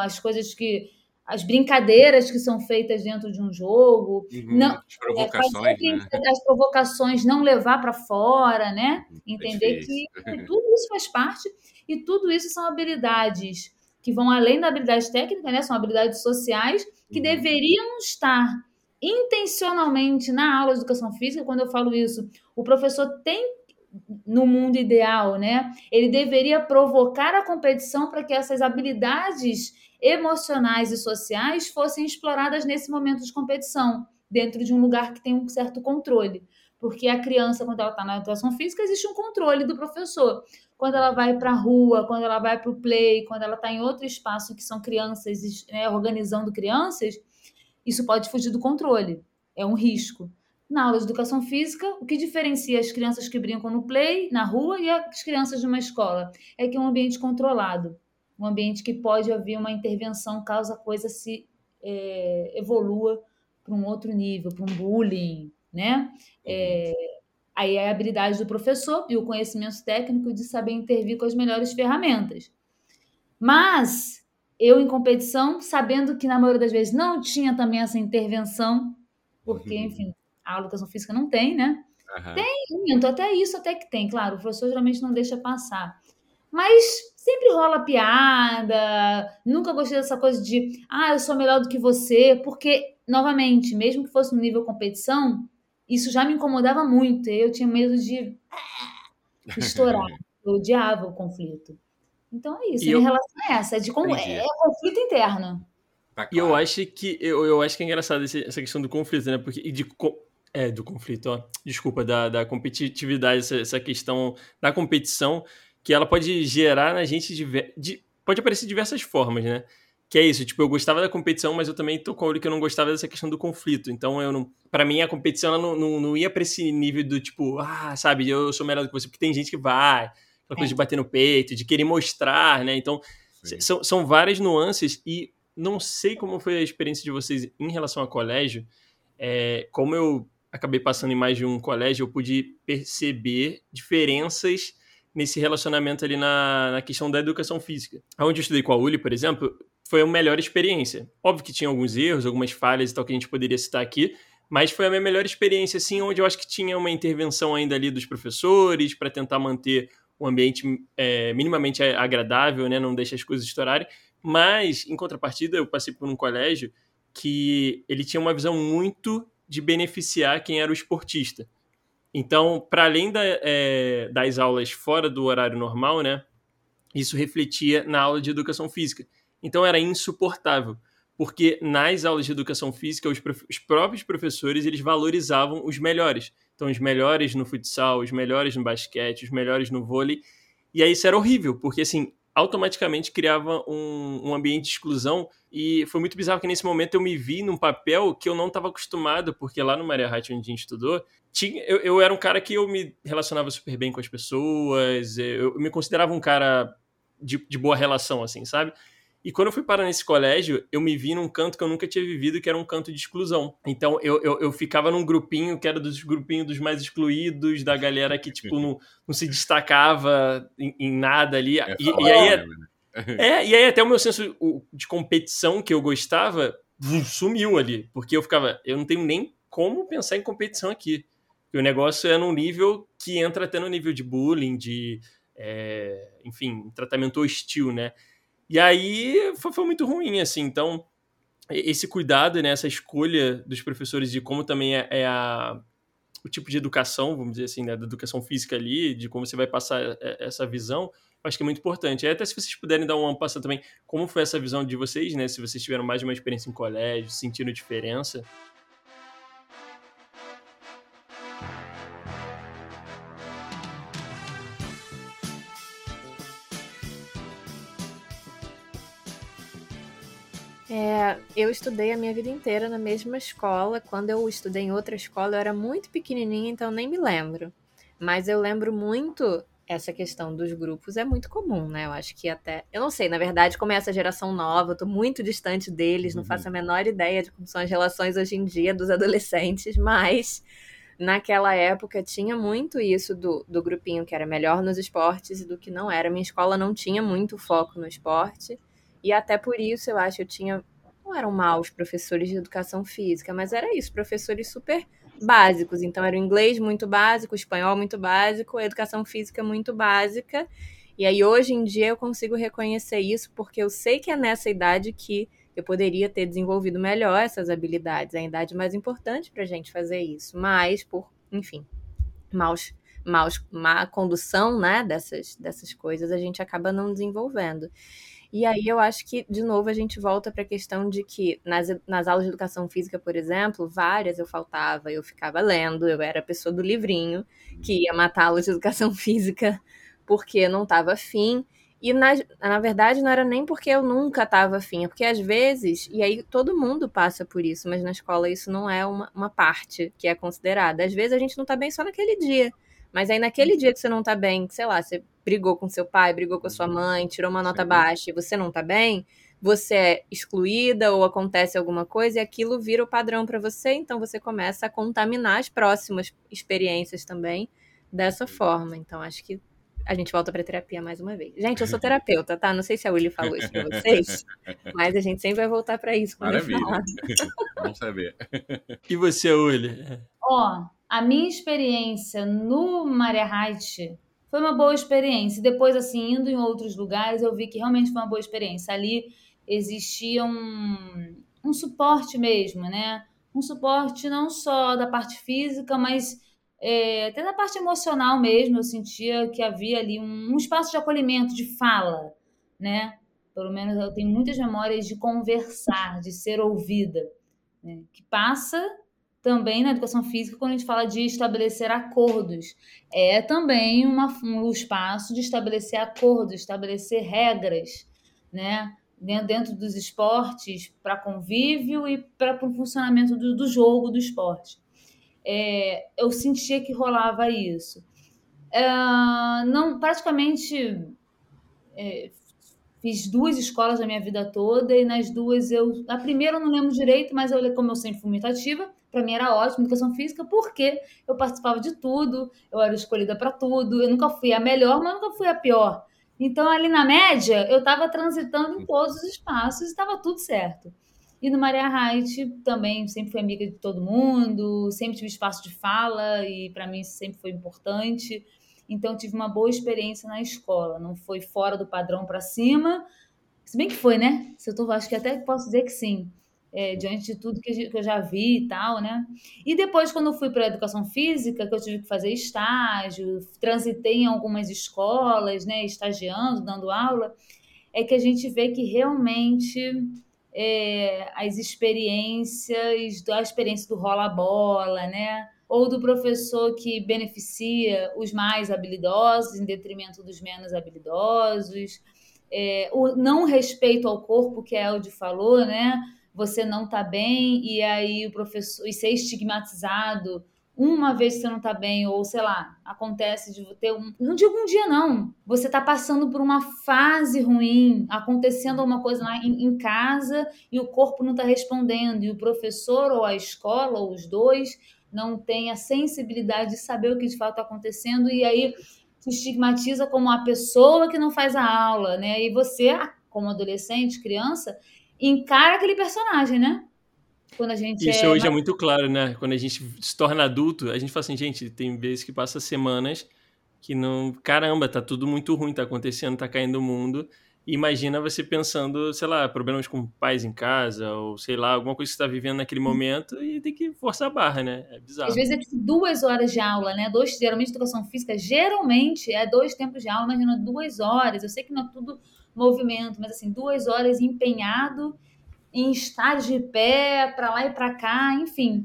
as brincadeiras que são feitas dentro de um jogo, não As provocações, né? fazer as provocações, não levar para fora, né? É Entender difícil. que tudo isso faz parte e tudo isso são habilidades que vão além da habilidade técnica, né? São habilidades sociais que Uhum. deveriam estar intencionalmente na aula de educação física. Quando eu falo isso, o professor tem no mundo ideal, né? Ele deveria provocar a competição para que essas habilidades emocionais e sociais fossem exploradas nesse momento de competição, dentro de um lugar que tem um certo controle. Porque a criança, quando ela está na educação física, existe um controle do professor. Quando ela vai para a rua, quando ela vai para o play, quando ela está em outro espaço que são crianças, né, organizando crianças, isso pode fugir do controle. É um risco. Na aula de educação física, o que diferencia as crianças que brincam no play, na rua, e as crianças de uma escola? É que é um ambiente controlado. Um ambiente que pode haver uma intervenção caso a coisa se evolua para um outro nível, para um bullying, né? Uhum. Aí é a habilidade do professor e o conhecimento técnico de saber intervir com as melhores ferramentas. Mas eu em competição, sabendo que na maioria das vezes não tinha também essa intervenção, porque, enfim, a educação física não tem, né? Aham. Minto, até isso até que tem, claro, o professor geralmente não deixa passar. Mas sempre rola piada, nunca gostei dessa coisa de, eu sou melhor do que você, porque, novamente, mesmo que fosse no nível competição, isso já me incomodava muito, eu tinha medo de estourar, eu odiava o conflito. Então é isso, E a minha eu, relação é essa, é Entendi. conflito interno. Tá e eu claro. acho que eu acho que é engraçado essa questão do conflito, né? Porque, do conflito, ó. Desculpa, da competitividade, essa questão da competição, que ela pode gerar na gente pode aparecer de diversas formas, né? Que é isso, tipo, eu gostava da competição, mas eu também tô com o olho que eu não gostava dessa questão do conflito. Então, eu não. Pra mim, a competição ela não ia pra esse nível do tipo, sabe, eu sou melhor do que você, porque tem gente que vai, aquela coisa de É. bater no peito, de querer mostrar, né? Então, Sim. são várias nuances e não sei como foi a experiência de vocês em relação ao colégio. Como eu acabei passando em mais de um colégio, eu pude perceber diferenças nesse relacionamento ali na questão da educação física. Onde eu estudei com a Uli, por exemplo, foi a melhor experiência. Óbvio que tinha alguns erros, algumas falhas e tal que a gente poderia citar aqui, mas foi a minha melhor experiência, assim, onde eu acho que tinha uma intervenção ainda ali dos professores para tentar manter o ambiente minimamente agradável, né? Não deixar as coisas estourarem. Mas, em contrapartida, eu passei por um colégio que ele tinha uma visão muito de beneficiar quem era o esportista. Então, para além das aulas fora do horário normal, né, isso refletia na aula de educação física. Então, era insuportável, porque nas aulas de educação física, os próprios professores eles valorizavam os melhores. Então, os melhores no futsal, os melhores no basquete, os melhores no vôlei. E aí isso era horrível, porque assim, automaticamente criava um ambiente de exclusão e foi muito bizarro que nesse momento eu me vi num papel que eu não estava acostumado, porque lá no Maria Hatch, onde a gente estudou, eu era um cara que eu me relacionava super bem com as pessoas, eu me considerava um cara de boa relação, assim, sabe? E quando eu fui parar nesse colégio, eu me vi num canto que eu nunca tinha vivido, que era um canto de exclusão. Então, eu ficava num grupinho que era dos grupinhos dos mais excluídos, da galera que, tipo, não se destacava em nada ali. É E foda aí, mesmo, né? e aí até o meu senso de competição que eu gostava sumiu ali. Porque eu não tenho nem como pensar em competição aqui. Porque o negócio é num nível que entra até no nível de bullying, enfim, tratamento hostil, né? E aí foi muito ruim, assim. Então, esse cuidado, né, essa escolha dos professores de como também o tipo de educação, vamos dizer assim, né, da educação física ali, de como você vai passar essa visão, eu acho que é muito importante. E até se vocês puderem dar uma passada também, como foi essa visão de vocês, né? Se vocês tiveram mais de uma experiência em colégio, sentindo diferença. Eu estudei a minha vida inteira na mesma escola. Quando eu estudei em outra escola, eu era muito pequenininha, então nem me lembro. Mas eu lembro muito essa questão dos grupos, é muito comum, né? Eu acho que até. Eu não sei, na verdade, como é essa geração nova, eu tô muito distante deles, não faço a menor ideia de como são as relações hoje em dia dos adolescentes, mas naquela época tinha muito isso do grupinho que era melhor nos esportes e do que não era. Minha escola não tinha muito foco no esporte. E até por isso eu acho que eu tinha. Não eram maus professores de educação física, mas era isso, professores super básicos. Então era o inglês muito básico, o espanhol muito básico, a educação física muito básica. E aí hoje em dia eu consigo reconhecer isso porque eu sei que é nessa idade que eu poderia ter desenvolvido melhor essas habilidades. É a idade mais importante para a gente fazer isso. Mas por, enfim, má condução, né, dessas coisas, a gente acaba não desenvolvendo. E aí eu acho que, de novo, a gente volta para a questão de que nas aulas de educação física, por exemplo, várias eu faltava, eu ficava lendo, eu era a pessoa do livrinho que ia matar a aula de educação física porque não estava afim. E, na verdade, não era nem porque eu nunca estava afim, é porque às vezes, e aí todo mundo passa por isso, mas na escola isso não é uma parte que é considerada. Às vezes a gente não está bem só naquele dia. Mas aí naquele dia que você não tá bem, sei lá, você brigou com seu pai, brigou com a sua mãe, tirou uma nota baixa e você não tá bem, você é excluída ou acontece alguma coisa e aquilo vira o padrão para você, então você começa a contaminar as próximas experiências também dessa forma. Então acho que a gente volta pra terapia mais uma vez. Gente, eu sou terapeuta, tá? Não sei se a Willy falou isso pra vocês, mas a gente sempre vai voltar pra isso. Maravilha. Vamos saber. E você, Willy? A minha experiência no Maria Height foi uma boa experiência. Depois, assim, indo em outros lugares, eu vi que realmente foi uma boa experiência. Ali existia um suporte mesmo, né? Um suporte não só da parte física, mas até da parte emocional mesmo. Eu sentia que havia ali um espaço de acolhimento, de fala, né? Pelo menos eu tenho muitas memórias de conversar, de ser ouvida, né? Que passa também na educação física, quando a gente fala de estabelecer acordos. É também um espaço de estabelecer acordos, estabelecer regras, né? Dentro dos esportes, para convívio e para o funcionamento do jogo do esporte. Eu sentia que rolava isso. Não, praticamente fiz 2 escolas na minha vida toda e nas 2 a primeira eu não lembro direito, mas como eu sempre fui muito ativa, para mim era ótimo educação física, porque eu participava de tudo, eu era escolhida para tudo, eu nunca fui a melhor, mas nunca fui a pior. Então, ali na média, eu estava transitando em todos os espaços e estava tudo certo. E no Maria Height também sempre fui amiga de todo mundo, sempre tive espaço de fala e para mim isso sempre foi importante. Então, tive uma boa experiência na escola. Não foi fora do padrão para cima. Se bem que foi, né? Acho que até posso dizer que sim. Diante de tudo que eu já vi e tal, né? E depois, quando eu fui para a educação física, que eu tive que fazer estágio, transitei em algumas escolas, né? Estagiando, dando aula, é que a gente vê que realmente as experiências, a experiência do rola-bola, né? Ou do professor que beneficia os mais habilidosos em detrimento dos menos habilidosos, o não respeito ao corpo, que a Eldy falou, né? Você não está bem e aí o professor e ser estigmatizado uma vez que você não está bem, ou sei lá, acontece de ter não digo um dia não, você está passando por uma fase ruim, acontecendo alguma coisa lá em casa e o corpo não está respondendo, e o professor ou a escola, ou os dois, não tem a sensibilidade de saber o que de fato está acontecendo, e aí se estigmatiza como a pessoa que não faz a aula, né? E você, como adolescente, criança, encara aquele personagem, né? Quando a gente Isso hoje é muito claro, né? Quando a gente se torna adulto, a gente fala assim, gente, tem vezes que passa semanas que não... Caramba, tá tudo muito ruim, tá acontecendo, tá caindo o mundo. E imagina você pensando, sei lá, problemas com pais em casa, ou sei lá, alguma coisa que você tá vivendo naquele momento e tem que forçar a barra, né? É bizarro. Às vezes é tipo 2 horas de aula, né? Geralmente educação física, geralmente é 2 tempos de aula, imagina 2 horas. Eu sei que não é tudo movimento, mas assim, 2 horas empenhado em estar de pé, para lá e para cá, enfim.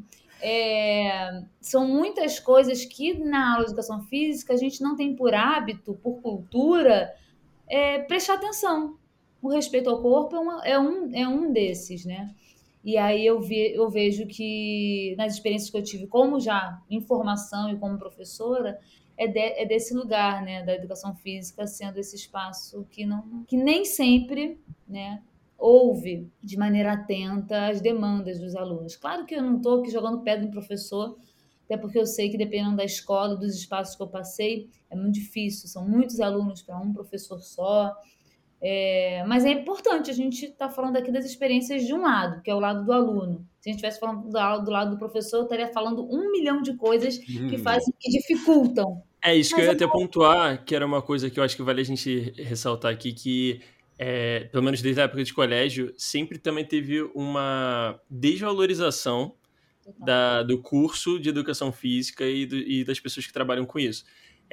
São muitas coisas que na aula de educação física a gente não tem por hábito, por cultura, prestar atenção. o respeito ao corpo é um desses, né? E aí eu vejo que nas experiências que eu tive como já em formação e como professora, é desse lugar, né, da educação física sendo esse espaço que nem sempre, né, ouve de maneira atenta as demandas dos alunos. Claro que eu não estou aqui jogando pedra no professor, até porque eu sei que dependendo da escola, dos espaços que eu passei, é muito difícil, são muitos alunos para um professor só. Mas é importante a gente estar falando aqui das experiências de um lado, que é o lado do aluno. Se a gente estivesse falando do lado do professor, eu estaria falando 1 milhão de coisas que dificultam. É isso que eu Mas ia até pontuar, que era uma coisa que eu acho que vale a gente ressaltar aqui, que pelo menos desde a época de colégio, sempre também teve uma desvalorização do curso de educação física e das pessoas que trabalham com isso.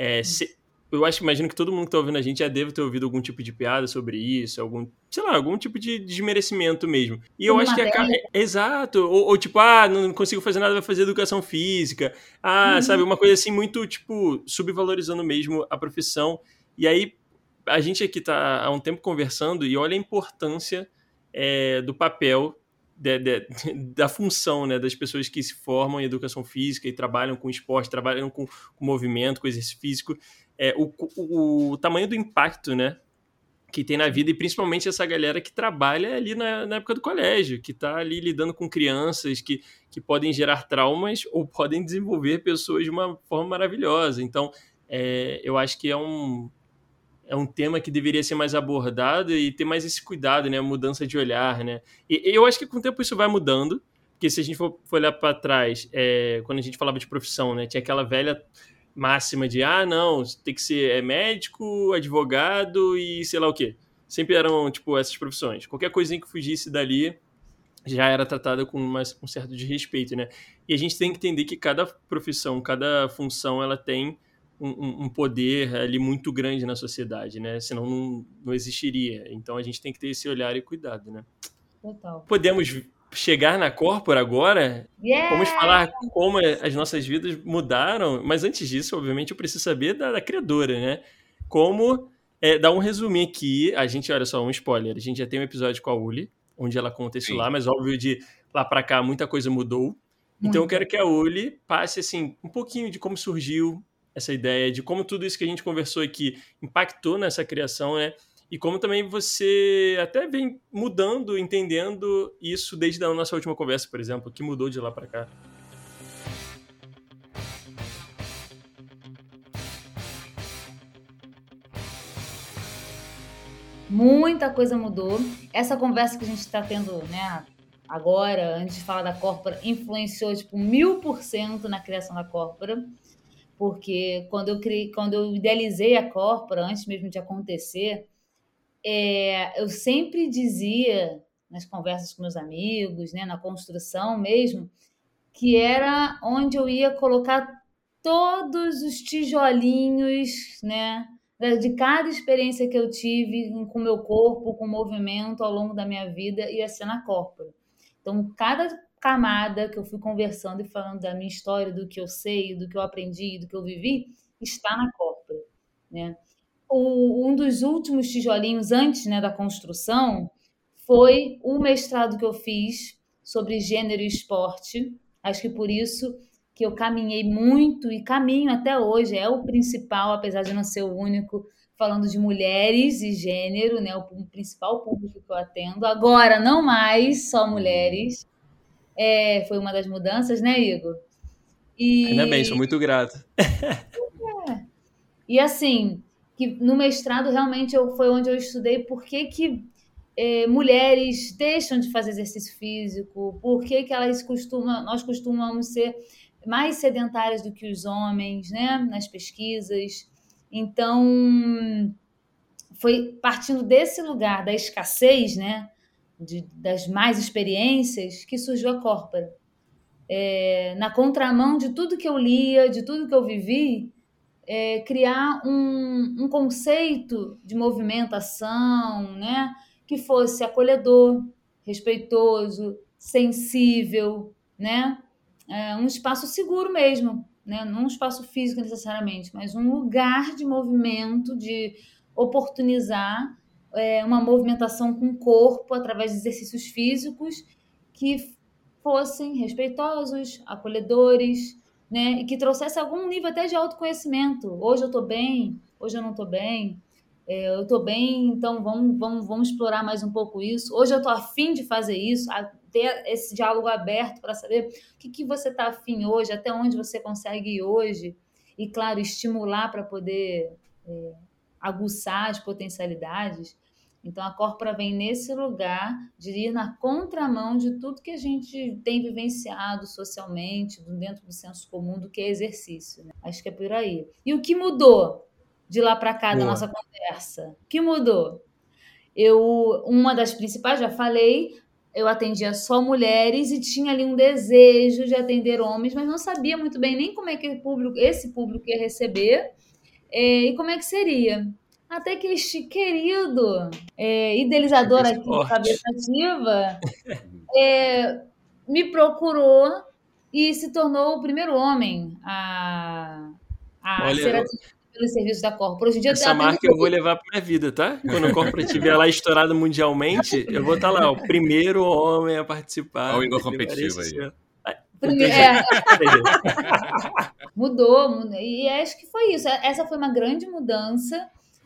Eu imagino que todo mundo que está ouvindo a gente já deve ter ouvido algum tipo de piada sobre isso, algum tipo de desmerecimento mesmo. E eu acho que exato, ou tipo, não consigo fazer nada, vai fazer educação física. Sabe, uma coisa assim muito, tipo, subvalorizando mesmo a profissão. E aí, a gente aqui tá há um tempo conversando e olha a importância do papel da função, né, das pessoas que se formam em educação física e trabalham com esporte, trabalham com movimento, com exercício físico, o tamanho do impacto, né, que tem na vida, e principalmente essa galera que trabalha ali na época do colégio, que está ali lidando com crianças que podem gerar traumas ou podem desenvolver pessoas de uma forma maravilhosa. Então, eu acho que é um tema que deveria ser mais abordado e ter mais esse cuidado, né? A mudança de olhar, né? E eu acho que com o tempo isso vai mudando, porque se a gente for olhar para trás, quando a gente falava de profissão, né? Tinha aquela velha máxima de, não, tem que ser médico, advogado e sei lá o quê. Sempre eram, tipo, essas profissões. Qualquer coisinha que fugisse dali já era tratada com um certo desrespeito, né? E a gente tem que entender que cada profissão, cada função, ela tem um poder ali muito grande na sociedade, né? Senão não existiria. Então a gente tem que ter esse olhar e cuidado, né? Total. Podemos chegar na Corpora agora? Vamos falar como as nossas vidas mudaram, mas antes disso, obviamente, eu preciso saber da criadora, né? Como dar um resuminho aqui. A gente, olha só, um spoiler. A gente já tem um episódio com a Uli, onde ela conta isso lá, mas óbvio de lá pra cá muita coisa mudou. Então eu quero que a Uli passe assim um pouquinho de como surgiu essa ideia, de como tudo isso que a gente conversou aqui impactou nessa criação, né? E como também você até vem mudando, entendendo isso desde a nossa última conversa, por exemplo, que mudou de lá para cá. Muita coisa mudou. Essa conversa que a gente está tendo, né, agora, antes de falar da Corpora, influenciou tipo 1000% na criação da Corpora. Porque quando eu idealizei a Corpora, antes mesmo de acontecer, eu sempre dizia nas conversas com meus amigos, né, na construção mesmo, que era onde eu ia colocar todos os tijolinhos, né, de cada experiência que eu tive com o meu corpo, com o movimento ao longo da minha vida, ia ser na Corpora. Então, cada camada que eu fui conversando e falando da minha história, do que eu sei, do que eu aprendi, do que eu vivi, está na Corpora, né? Um dos últimos tijolinhos antes, né, da construção foi o mestrado que eu fiz sobre gênero e esporte. Acho que por isso que eu caminhei muito e caminho até hoje, é o principal, apesar de não ser o único, falando de mulheres e gênero, né, o principal público que eu atendo. Agora, não mais só mulheres. Foi uma das mudanças, né, Igor? Ainda bem, sou muito grato. E assim, que no mestrado realmente foi onde eu estudei por que mulheres deixam de fazer exercício físico, por que nós costumamos ser mais sedentárias do que os homens, né, nas pesquisas. Então, foi partindo desse lugar da escassez, né, das mais experiências, que surgiu a Corpora. Na contramão de tudo que eu lia, de tudo que eu vivi, criar um conceito de movimentação, né, que fosse acolhedor, respeitoso, sensível, né, um espaço seguro mesmo, né, não um espaço físico necessariamente, mas um lugar de movimento, de oportunizar uma movimentação com o corpo através de exercícios físicos que fossem respeitosos, acolhedores, né? E que trouxesse algum nível até de autoconhecimento. Hoje eu estou bem, hoje eu não estou bem. Eu estou bem, então vamos explorar mais um pouco isso. Hoje eu estou afim de fazer isso, ter esse diálogo aberto para saber o que você está afim hoje, até onde você consegue ir hoje. E, claro, estimular para poder aguçar as potencialidades. Então, a Corpora vem nesse lugar de ir na contramão de tudo que a gente tem vivenciado socialmente, dentro do senso comum, do que é exercício, né? Acho que é por aí. E o que mudou de lá para cá da nossa conversa? O que mudou? Uma das principais, já falei, eu atendia só mulheres e tinha ali um desejo de atender homens, mas não sabia muito bem nem como é que esse público ia receber e como é que seria. Até que este querido idealizador aqui de Cabeça Ativa me procurou e se tornou o primeiro homem a ser atendido pelo serviço da Corpora. Hoje em dia, essa marca eu vou levar para minha vida, tá? Quando a Corpora estiver lá estourada mundialmente, eu vou estar lá, o primeiro homem a participar. Olha o Igor competitivo aí. Mudou, e acho que foi isso. Essa foi uma grande mudança,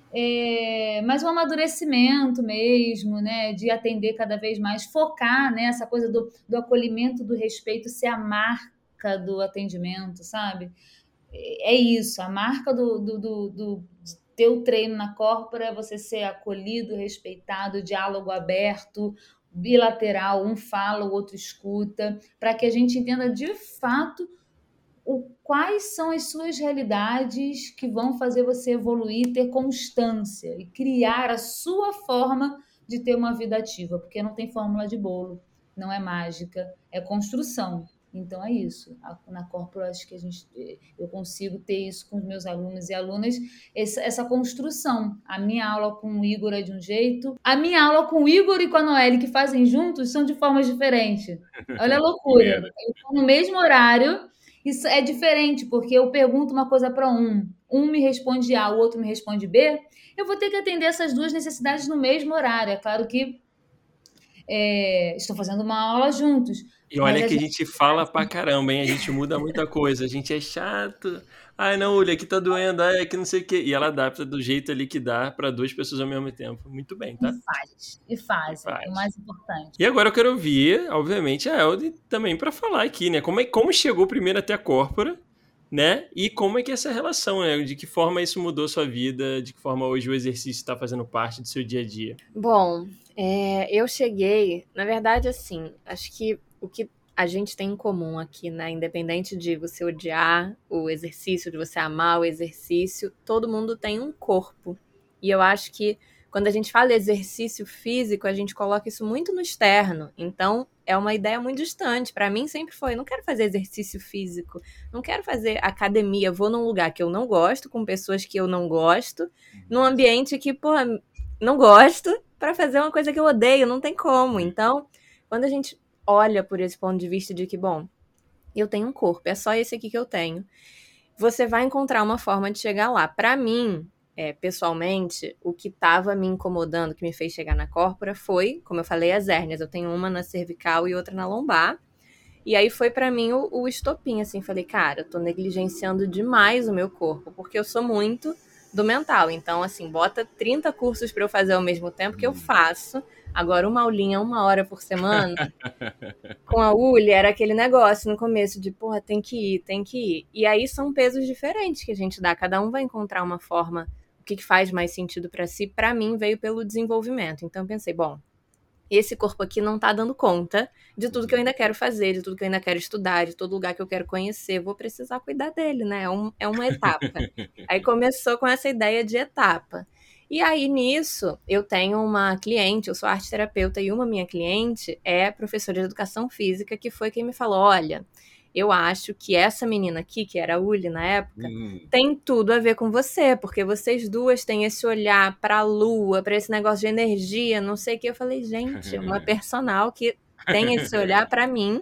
mas um amadurecimento mesmo, né? De atender cada vez mais, focar, né? Essa coisa do acolhimento, do respeito, ser a marca do atendimento, sabe? É isso, a marca do teu treino na Corpora é você ser acolhido, respeitado, diálogo aberto, bilateral, um fala, o outro escuta, para que a gente entenda de fato quais são as suas realidades que vão fazer você evoluir, ter constância e criar a sua forma de ter uma vida ativa, porque não tem fórmula de bolo, não é mágica, é construção. Então é isso. Na Corpora, acho que eu consigo ter isso com os meus alunos e alunas, essa construção. A minha aula com o Igor é de um jeito, a minha aula com o Igor e com a Noelle, que fazem juntos, são de formas diferentes. Olha a loucura. Eu estou no mesmo horário. Isso é diferente, porque eu pergunto uma coisa para um me responde A, o outro me responde B, eu vou ter que atender essas duas necessidades no mesmo horário. É claro que estou fazendo uma aula juntos. E olha que a gente fala pra caramba, hein? A gente muda muita coisa, a gente é chato. Ai, não, olha, aqui tá doendo, ai, aqui não sei o quê. E ela adapta do jeito ali que dá para duas pessoas ao mesmo tempo. Muito bem, tá? E faz. É o mais importante. E agora eu quero ouvir, obviamente, a Eldy também para falar aqui, né? Como chegou primeiro até a Corpora, né? E como é que é essa relação, né? De que forma isso mudou sua vida, de que forma hoje o exercício está fazendo parte do seu dia a dia? Bom, eu cheguei, na verdade, assim, acho que o que a gente tem em comum aqui, né? Independente de você odiar o exercício, de você amar o exercício, todo mundo tem um corpo. E eu acho que quando a gente fala de exercício físico, a gente coloca isso muito no externo. Então, é uma ideia muito distante. Para mim, sempre foi, não quero fazer exercício físico, não quero fazer academia, vou num lugar que eu não gosto, com pessoas que eu não gosto, num ambiente que, porra, não gosto, para fazer uma coisa que eu odeio, não tem como. Então, quando a gente olha por esse ponto de vista de que, bom, eu tenho um corpo, é só esse aqui que eu tenho, você vai encontrar uma forma de chegar lá. Para mim, pessoalmente, o que estava me incomodando, que me fez chegar na Corpora foi, como eu falei, as hérnias. Eu tenho uma na cervical e outra na lombar. E aí foi para mim o estopim, assim. Falei, cara, eu tô negligenciando demais o meu corpo, porque eu sou muito do mental. Então, assim, bota 30 cursos para eu fazer ao mesmo tempo que eu faço. Agora, uma aulinha, 1 hora por semana, com a Uli, era aquele negócio no começo de, porra, tem que ir. E aí são pesos diferentes que a gente dá. Cada um vai encontrar uma forma, o que faz mais sentido para si. Para mim, veio pelo desenvolvimento. Então, eu pensei, bom, esse corpo aqui não tá dando conta de tudo que eu ainda quero fazer, de tudo que eu ainda quero estudar, de todo lugar que eu quero conhecer. Vou precisar cuidar dele, né? É uma etapa. Aí começou com essa ideia de etapa. E aí, nisso, eu tenho uma cliente, eu sou arte terapeuta, e uma minha cliente é professora de educação física, que foi quem me falou, olha, eu acho que essa menina aqui, que era a Uli na época, tem tudo a ver com você, porque vocês duas têm esse olhar pra lua, pra esse negócio de energia, não sei o que. Eu falei, gente, uma personal que tem esse olhar pra mim,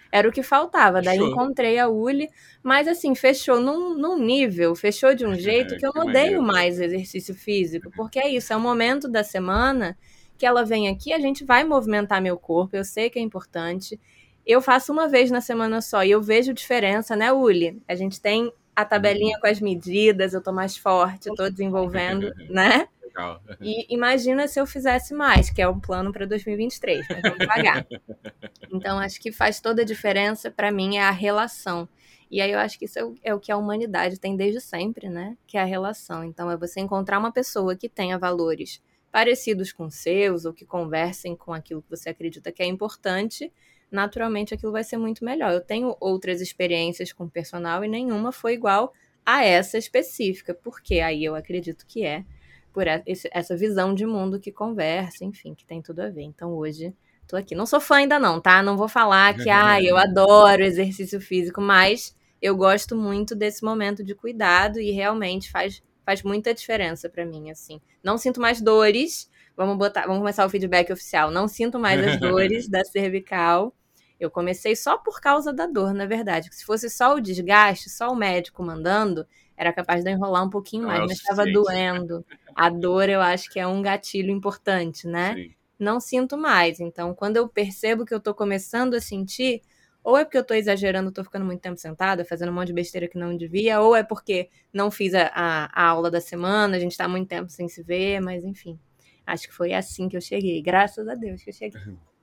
era o que faltava. Daí Fechou. encontrei a Uli, mas assim, fechou num nível, fechou de um jeito que eu Que não odeio maneiro. mais exercício físico, porque é isso, é um momento da semana que ela vem aqui, a gente vai movimentar meu corpo, eu sei que é importante. Eu faço uma vez na semana só e eu vejo diferença, né, Uli? A gente tem a tabelinha com as medidas, eu tô mais forte, tô desenvolvendo, né? Legal. E imagina se eu fizesse mais, que é um plano para 2023, mas vamos pagar. Então, acho que faz toda a diferença, para mim, é a relação. E aí eu acho que isso é o que a humanidade tem desde sempre, né? Que é a relação. Então, é você encontrar uma pessoa que tenha valores parecidos com os seus, ou que conversem com aquilo que você acredita que é importante, naturalmente aquilo vai ser muito melhor. Eu tenho outras experiências com personal e nenhuma foi igual a essa específica, porque aí eu acredito que é por essa visão de mundo que conversa, enfim, que tem tudo a ver. Então, hoje tô aqui. Não sou fã ainda não, tá? Não vou falar que, eu adoro exercício físico, mas eu gosto muito desse momento de cuidado e realmente faz muita diferença pra mim, assim. Não sinto mais dores. Vamos começar o feedback oficial. Não sinto mais as dores da cervical. Eu comecei só por causa da dor, na verdade. Se fosse só o desgaste, só o médico mandando, era capaz de eu enrolar um pouquinho Não mais, é o mas estava suficiente. doendo. A dor, eu acho que é um gatilho importante, né? Sim. Não sinto mais. Então, quando eu percebo que eu tô começando a sentir, ou é porque eu tô exagerando, tô ficando muito tempo sentada, fazendo um monte de besteira que não devia, ou é porque não fiz a aula da semana, a gente tá muito tempo sem se ver, mas enfim. Acho que foi assim que eu cheguei. Graças a Deus que eu cheguei.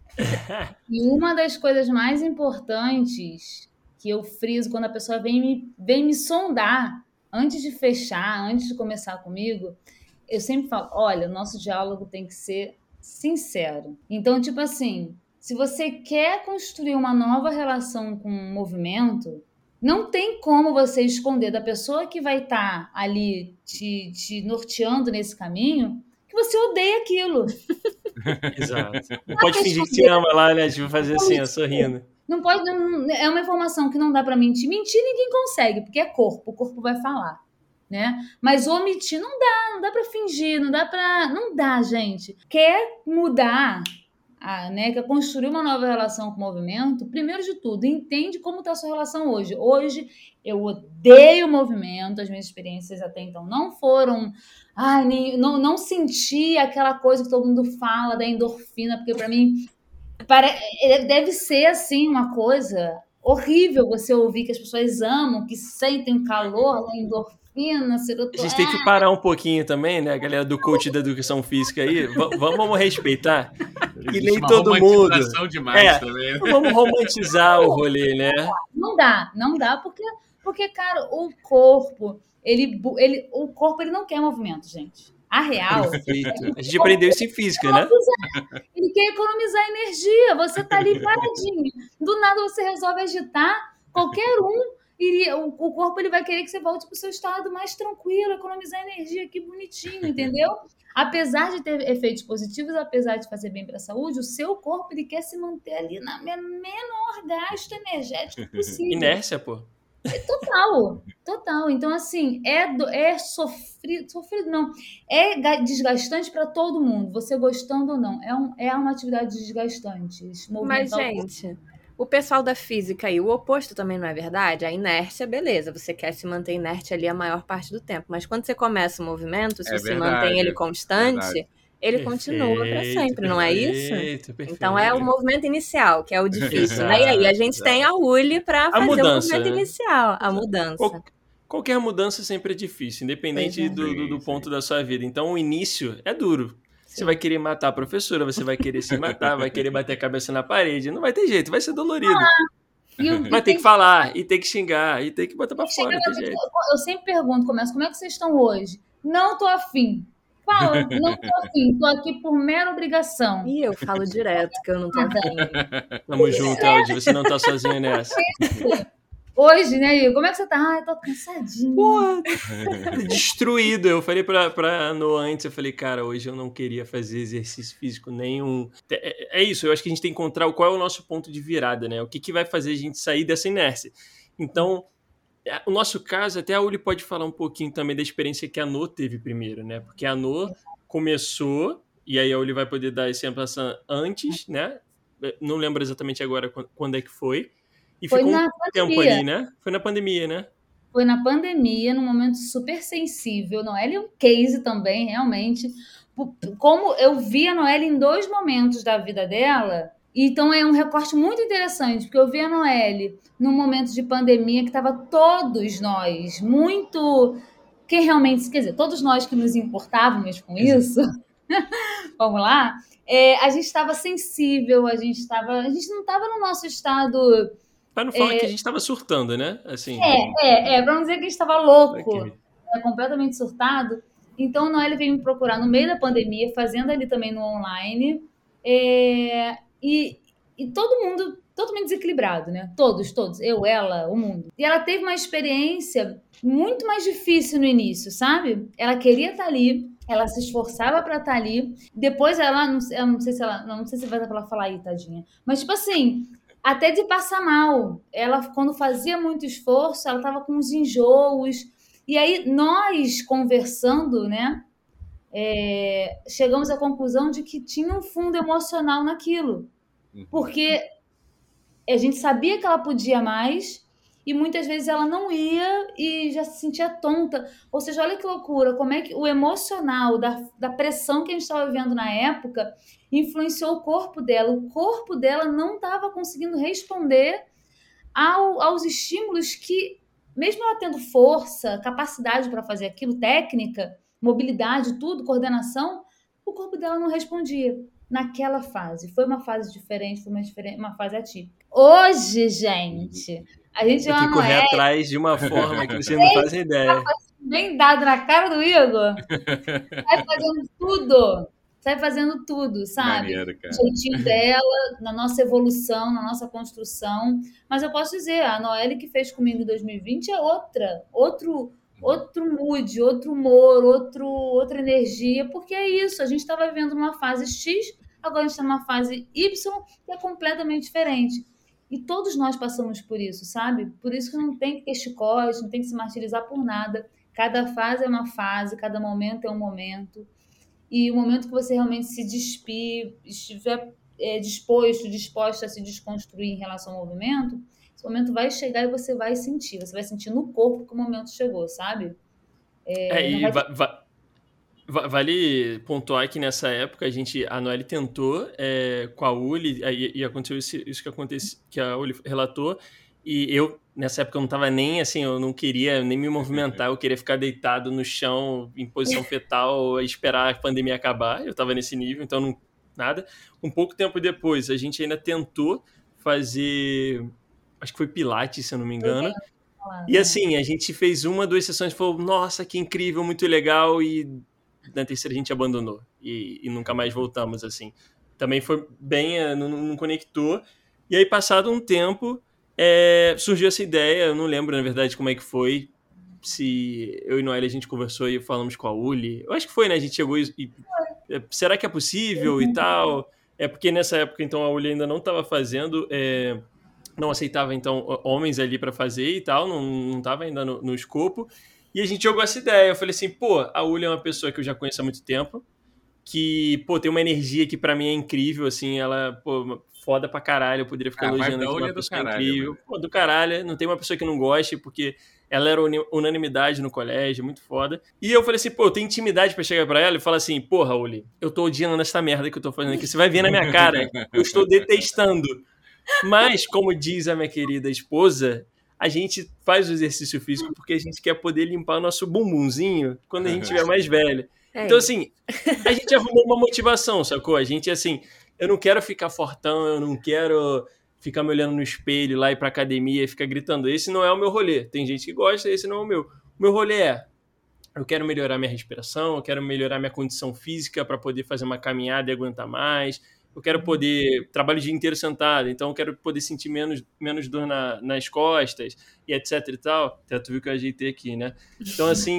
E uma das coisas mais importantes que eu friso quando a pessoa vem me sondar antes de fechar, antes de começar comigo, eu sempre falo: olha, o nosso diálogo tem que ser sincero. Então, tipo assim, se você quer construir uma nova relação com o movimento, não tem como você esconder da pessoa que vai estar ali te norteando nesse caminho que você odeia aquilo. Exato. Não pode fingir que se ama lá, né? Tipo, fazer assim, ó, sorrindo. Não pode, é uma informação que não dá para mentir. Mentir ninguém consegue, porque é corpo, o corpo vai falar, né? Mas omitir não dá para fingir, não dá, gente. Quer mudar, né? Quer construir uma nova relação com o movimento? Primeiro de tudo, entende como está a sua relação hoje. Hoje eu odeio o movimento, as minhas experiências até então não foram. Não senti aquela coisa que todo mundo fala da endorfina, porque para mim deve ser assim uma coisa horrível você ouvir que as pessoas amam, que sentem o calor da endorfina, A gente tem que parar um pouquinho também, né? A galera do coach da educação física aí, vamos respeitar. E Existe nem uma todo mundo. romantização demais também. Não vamos romantizar o rolê, né? Não dá, porque cara, o corpo, o corpo ele não quer movimento, gente. A real. Perfeito. A gente aprendeu isso em física, né? Ele quer economizar energia. Você tá ali paradinho. Do nada você resolve agitar. Qualquer um o corpo ele vai querer que você volte para o seu estado mais tranquilo, economizar energia, que bonitinho, entendeu? Apesar de ter efeitos positivos, apesar de fazer bem para a saúde, o seu corpo ele quer se manter ali na menor gasto energético possível. Inércia, pô. Total. Então, assim, é sofrido não, é desgastante para todo mundo, você gostando ou não, é uma atividade desgastante. Mas, gente, o pessoal da física aí, o oposto também não é verdade? A inércia, beleza, você quer se manter inerte ali a maior parte do tempo, mas quando você começa o movimento, se você mantém ele constante, ele continua para sempre, não é isso? Perfeito. Então é o movimento inicial, que é o difícil, né? E aí a gente tem a Uli para fazer o movimento inicial, a mudança. Qualquer mudança sempre é difícil, independente do ponto da sua vida. Então o início é duro. Você vai querer matar a professora, você vai querer se matar, vai querer bater a cabeça na parede. Não vai ter jeito, vai ser dolorido. Vai ter que falar, e ter que xingar, e ter que botar pra fora. Eu sempre pergunto, como é que vocês estão hoje? Não tô afim. Fala, não tô afim, tô aqui por mera obrigação. E eu falo direto que eu não tô afim. Tamo junto, Aldi, você não tá sozinho nessa. Hoje, né, Igor? Como é que você tá? Eu tô cansadinho. Porra, destruído. Eu falei pra Noa antes, eu falei, cara, hoje eu não queria fazer exercício físico nenhum. É isso, eu acho que a gente tem que encontrar qual é o nosso ponto de virada, né? O que vai fazer a gente sair dessa inércia. Então, o nosso caso, até a Uli pode falar um pouquinho também da experiência que a No teve primeiro, né? Porque a No começou, e aí a Uli vai poder dar esse exemplo antes, né? Não lembro exatamente agora quando é que foi, E Foi ficou um na tempo pandemia. ali, né? Foi na pandemia, né? Foi na pandemia, num momento super sensível. Noelle é um case também, realmente. Como eu vi a Noelle em 2 momentos da vida dela, então é um recorte muito interessante, porque eu vi a Noelle num momento de pandemia que estava todos nós muito. Quem realmente, quer dizer, todos nós que nos importávamos com Exato. isso, vamos lá, a gente estava sensível, a gente não estava no nosso estado. Pra não falar que a gente tava surtando, né? Assim, Para não dizer que a gente estava louco, ok. completamente surtado. Então, o Noelle veio me procurar no meio da pandemia, fazendo ali também no online, e todo mundo totalmente desequilibrado, né? Todos, eu, ela, o mundo. E ela teve uma experiência muito mais difícil no início, sabe? Ela queria estar ali, ela se esforçava para estar ali. Depois eu não sei se ela, não sei se vai dar para ela falar aí, tadinha. Mas tipo assim, até de passar mal. Ela, quando fazia muito esforço, ela estava com uns enjoos. E aí, nós conversando, né, chegamos à conclusão de que tinha um fundo emocional naquilo. Porque a gente sabia que ela podia mais e muitas vezes ela não ia e já se sentia tonta. Ou seja, olha que loucura, como é que o emocional da pressão que a gente estava vivendo na época influenciou o corpo dela. O corpo dela não estava conseguindo responder aos estímulos que, mesmo ela tendo força, capacidade para fazer aquilo, técnica, mobilidade, tudo, coordenação, o corpo dela não respondia naquela fase. Foi uma fase diferente, foi uma fase atípica. Hoje, gente, a gente Eu já tenho que não correr é atrás de uma forma que vocês não fazem ideia. bem dado na cara do Igor, sai fazendo tudo. Sai fazendo tudo, sabe? Maneiro, Do cara. jeitinho dela, na nossa evolução, na nossa construção. Mas eu posso dizer, a Noelle que fez comigo em 2020 é outro mood, outro humor, outra energia, porque é isso, a gente estava vivendo uma fase X, agora a gente está numa fase Y, que é completamente diferente. E todos nós passamos por isso, sabe? Por isso que não tem que ter chicote, não tem que se martirizar por nada. Cada fase é uma fase, cada momento é um momento. E o momento que você realmente se despir, estiver disposta a se desconstruir em relação ao movimento, esse momento vai chegar e você vai sentir. Você vai sentir no corpo que o momento chegou, sabe? Não E vai ter. vale pontuar que nessa época a Noelle tentou com a Uli, e aconteceu isso que a Uli relatou, e eu, nessa época, eu não tava nem assim, eu não queria nem me movimentar, eu queria ficar deitado no chão, em posição fetal, esperar a pandemia acabar, eu tava nesse nível, então não, nada. Um pouco tempo depois, a gente ainda tentou fazer, acho que foi Pilates, se eu não me engano, e assim, a gente fez 2 sessões e falou, nossa, que incrível, muito legal, e na terceira a gente abandonou e nunca mais voltamos, assim. Também foi bem, não conectou. E aí, passado um tempo, surgiu essa ideia, eu não lembro, na verdade, como é que foi, se eu e Noelle a gente conversou e falamos com a Uli. Eu acho que foi, né? A gente chegou será que é possível e tal? É porque nessa época, então, a Uli ainda não estava fazendo... não aceitava, então, homens ali para fazer e tal, não tava ainda no escopo. E a gente jogou essa ideia. Eu falei assim, pô, a Uli é uma pessoa que eu já conheço há muito tempo, que, pô, tem uma energia que pra mim é incrível, assim, ela, pô, foda pra caralho, eu poderia ficar A vibe elogiando da aqui Uli uma é do pessoa caralho, incrível. mano. Pô, do caralho, não tem uma pessoa que não goste, porque ela era unanimidade no colégio, muito foda. E eu falei assim, pô, eu tenho intimidade pra chegar pra ela e falar assim, porra, Uli, eu tô odiando essa merda que eu tô fazendo aqui, você vai ver na minha cara, eu estou detestando. Mas, como diz a minha querida esposa, a gente faz o exercício físico porque a gente quer poder limpar o nosso bumbumzinho quando a gente tiver mais velho. Então, assim, a gente arrumou uma motivação, sacou? A gente, assim, eu não quero ficar fortão, eu não quero ficar me olhando no espelho lá ir pra academia e ficar gritando. Esse não é o meu rolê. Tem gente que gosta, esse não é o meu. O meu rolê eu quero melhorar minha respiração, eu quero melhorar minha condição física para poder fazer uma caminhada e aguentar mais. Eu quero poder... Trabalho o dia inteiro sentado, então eu quero poder sentir menos dor nas costas e etc e tal. Até tu viu que eu ajeitei aqui, né? Então, assim,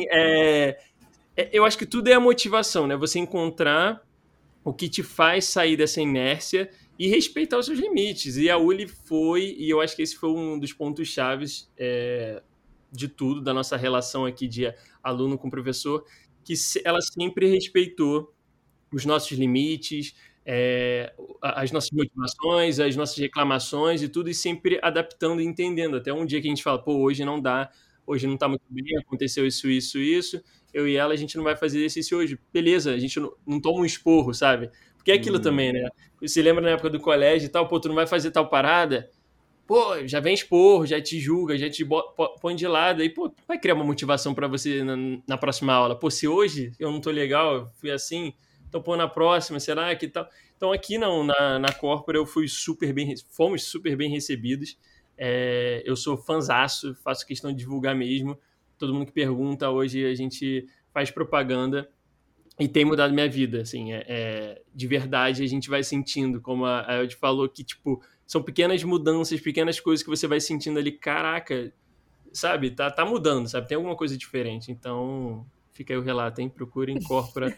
eu acho que tudo é a motivação, né? Você encontrar o que te faz sair dessa inércia e respeitar os seus limites. E a Uli foi, e eu acho que esse foi um dos pontos chaves de tudo, da nossa relação aqui de aluno com professor, que ela sempre respeitou os nossos limites, as nossas motivações, as nossas reclamações e tudo, e sempre adaptando e entendendo. Até um dia que a gente fala, pô, hoje não dá, hoje não tá muito bem, aconteceu isso, eu e ela, a gente não vai fazer exercício hoje. Beleza, a gente não toma um esporro, sabe? Porque é aquilo também, né? Você lembra na época do colégio e tal, pô, tu não vai fazer tal parada, pô, já vem esporro, já te julga, já te põe de lado, aí, pô, vai criar uma motivação pra você na próxima aula. Pô, se hoje eu não tô legal, eu fui assim, então, pô, na próxima, será que tal? Então, aqui não, na Corpora eu fomos super bem recebidos. Eu sou fanzaço, faço questão de divulgar mesmo. Todo mundo que pergunta, hoje a gente faz propaganda e tem mudado minha vida, assim, de verdade a gente vai sentindo, como a Elde falou, que, tipo, são pequenas mudanças, pequenas coisas que você vai sentindo ali, caraca, sabe, tá mudando, sabe, tem alguma coisa diferente, então fica aí o relato, hein, procurem Corpora.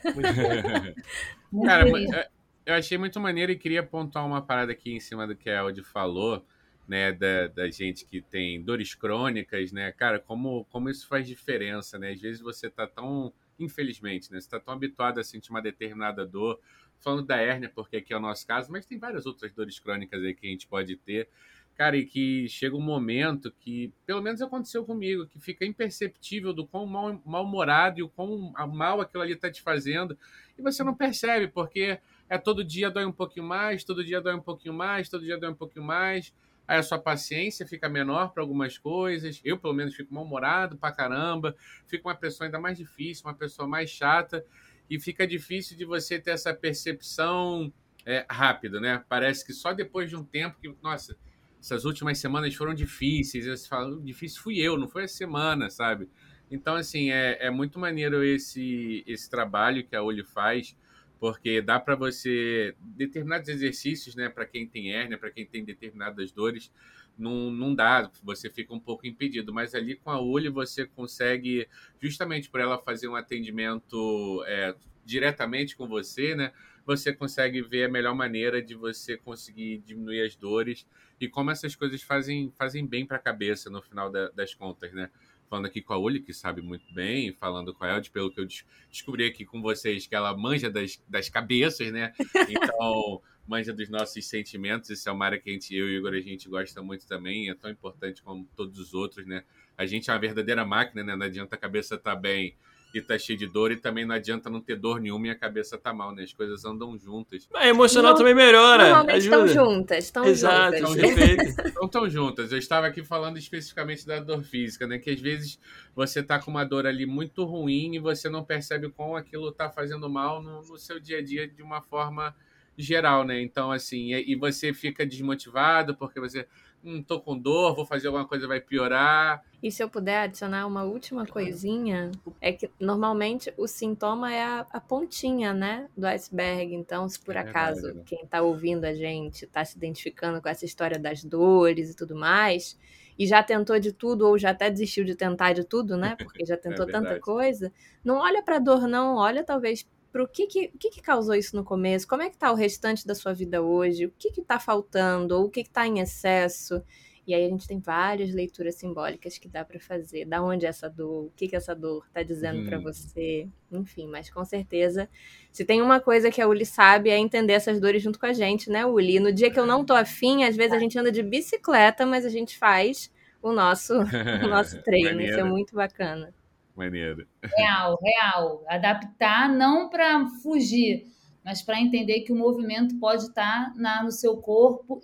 Cara, eu achei muito maneiro e queria pontuar uma parada aqui em cima do que a Elde falou, né, da gente que tem dores crônicas, né, cara, como isso faz diferença, né, às vezes você tá tão, infelizmente, né, você tá tão habituado a sentir uma determinada dor, falando da hérnia, porque aqui é o nosso caso, mas tem várias outras dores crônicas aí que a gente pode ter, cara, e que chega um momento que, pelo menos aconteceu comigo, que fica imperceptível do quão mal-humorado e o quão mal aquilo ali tá te fazendo, e você não percebe, porque todo dia dói um pouquinho mais, todo dia dói um pouquinho mais, todo dia dói um pouquinho mais, aí a sua paciência fica menor para algumas coisas, eu pelo menos fico mal-humorado pra caramba, fico uma pessoa ainda mais difícil, uma pessoa mais chata, e fica difícil de você ter essa percepção rápido, né? Parece que só depois de um tempo que, nossa, essas últimas semanas foram difíceis, e você fala, difícil fui eu, não foi a semana, sabe? Então, assim, é muito maneiro esse trabalho que a Uli faz, porque dá para você determinados exercícios, né, para quem tem hérnia, para quem tem determinadas dores, não dá, você fica um pouco impedido, mas ali com a Uli você consegue, justamente por ela fazer um atendimento diretamente com você, né, você consegue ver a melhor maneira de você conseguir diminuir as dores e como essas coisas fazem bem para a cabeça no final das contas, né? Falando aqui com a Uli, que sabe muito bem, falando com a Elde, pelo que eu descobri aqui com vocês, que ela manja das cabeças, né? Então, manja dos nossos sentimentos. Esse é uma área que eu e o Igor, a gente gosta muito também, é tão importante como todos os outros, né? A gente é uma verdadeira máquina, né? Não adianta a cabeça estar bem e tá cheio de dor, e também não adianta não ter dor nenhuma e a cabeça tá mal, né? As coisas andam juntas. A emocional também melhora. Normalmente ajuda. Estão juntas. Exato, perfeito. Não tão juntas. Eu estava aqui falando especificamente da dor física, né? Que às vezes você tá com uma dor ali muito ruim e você não percebe como aquilo tá fazendo mal no seu dia a dia de uma forma geral, né? Então, assim, e você fica desmotivado porque você tô com dor, vou fazer alguma coisa, vai piorar. E se eu puder adicionar uma última coisinha, é que normalmente o sintoma é a pontinha, né, do iceberg. Então, se por acaso verdade, né? quem está ouvindo a gente está se identificando com essa história das dores e tudo mais, e já tentou de tudo ou já até desistiu de tentar de tudo, né, porque já tentou tanta coisa, não olha para a dor não, olha talvez para o que causou isso no começo, como é que está o restante da sua vida hoje, o que está faltando, ou o que está em excesso. E aí a gente tem várias leituras simbólicas que dá para fazer. Da onde é essa dor? O que essa dor está dizendo para você? Enfim, mas com certeza, se tem uma coisa que a Uli sabe é entender essas dores junto com a gente, né, Uli? No dia que eu não tô afim, às vezes a gente anda de bicicleta, mas a gente faz o nosso treino. Isso é muito bacana. Maneiro. Real. Adaptar não para fugir, mas para entender que o movimento pode estar no seu corpo,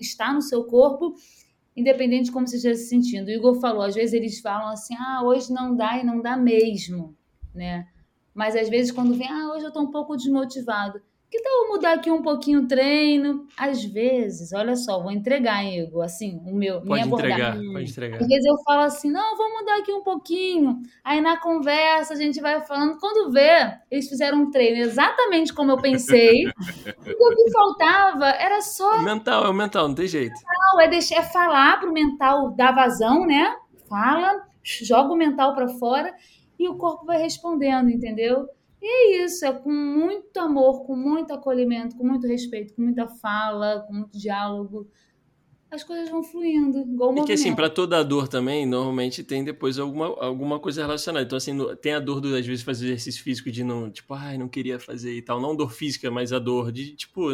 independente de como você esteja se sentindo. O Igor falou, às vezes eles falam assim, hoje não dá e não dá mesmo, né? Mas às vezes quando vem, hoje eu estou um pouco desmotivado. Que tal eu mudar aqui um pouquinho o treino? Às vezes, olha só, vou entregar, Igor, assim, minha abordagem. Pode entregar. Às vezes eu falo assim, não, vou mudar aqui um pouquinho. Aí na conversa a gente vai falando. Quando vê, eles fizeram um treino exatamente como eu pensei. E o que faltava era só... É o mental, não tem jeito. É falar pro mental dar vazão, né? Fala, joga o mental para fora e o corpo vai respondendo, entendeu? E é isso, é com muito amor, com muito acolhimento, com muito respeito, com muita fala, com muito diálogo. As coisas vão fluindo, igual o movimento. E que assim, para toda dor também, normalmente tem depois alguma coisa relacionada. Então assim, tem a dor às vezes fazer exercício físico de não, tipo, não queria fazer e tal. Não dor física, mas a dor de, tipo, né?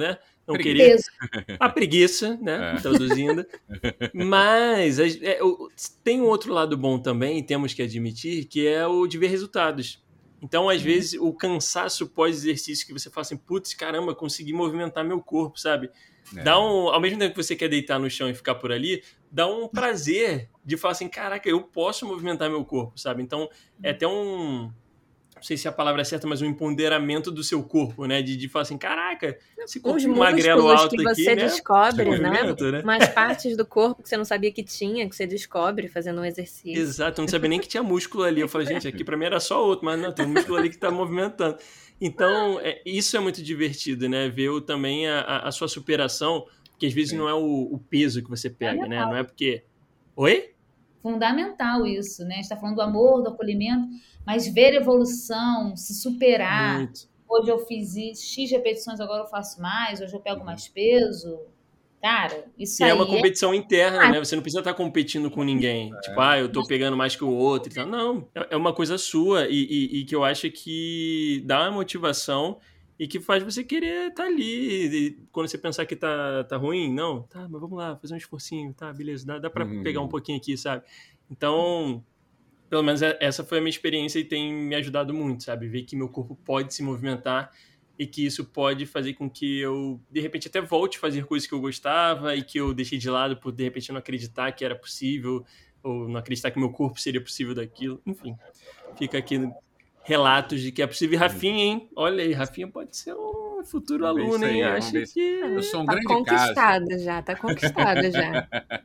não querer. Peso. A preguiça, né? Traduzindo. Mas tem um outro lado bom também, temos que admitir, que é o de ver resultados. Então, às vezes, o cansaço pós-exercício que você fala assim, putz, caramba, consegui movimentar meu corpo, sabe? Ao mesmo tempo que você quer deitar no chão e ficar por ali, dá um prazer de falar assim, caraca, eu posso movimentar meu corpo, sabe? Então, é até não sei se a palavra é certa, mas um empoderamento do seu corpo, né? De falar assim, caraca, esse corpo magrelo alto que aqui, você né? descobre, né? Umas partes do corpo que você não sabia que tinha, que você descobre fazendo um exercício. Exato, eu não sabia nem que tinha músculo ali. Eu falei, gente, aqui pra mim era só outro, mas não, tem um músculo ali que tá movimentando. Então, isso é muito divertido, né? Ver também a sua superação, porque às vezes não é o peso que você pega, né? Não é porque... Oi? Fundamental isso, né? A gente está falando do amor, do acolhimento, mas ver evolução, se superar. Muito. Hoje eu fiz X repetições, agora eu faço mais, hoje eu pego mais peso. Cara, isso aí é uma competição interna, né? Você não precisa estar competindo com ninguém. Tipo, eu tô pegando mais que o outro e tal. Não, é uma coisa sua e que eu acho que dá uma motivação e que faz você querer estar ali. E quando você pensar que tá ruim, não, tá, mas vamos lá, fazer um esforcinho, tá, beleza, dá pra pegar um pouquinho aqui, sabe? Então, pelo menos essa foi a minha experiência e tem me ajudado muito, sabe? Ver que meu corpo pode se movimentar e que isso pode fazer com que eu, de repente, até volte a fazer coisas que eu gostava e que eu deixei de lado por, de repente, não acreditar que era possível ou não acreditar que meu corpo seria possível daquilo. Enfim, fica aqui relatos de que é possível. E Rafinha, hein? Olha aí, Rafinha pode ser um futuro aluno, hein? Acho que... Eu sou um grande conquistada caso. Tá conquistada já.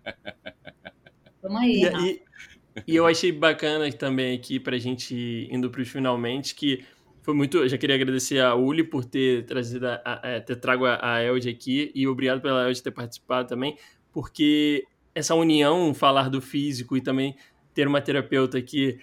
Vamos aí, e eu achei bacana também aqui pra gente indo pros finalmente, que foi muito... Eu já queria agradecer a Uli por ter trazido ter trago a Elde aqui e obrigado pela Elde ter participado também, porque essa união, falar do físico e também ter uma terapeuta aqui,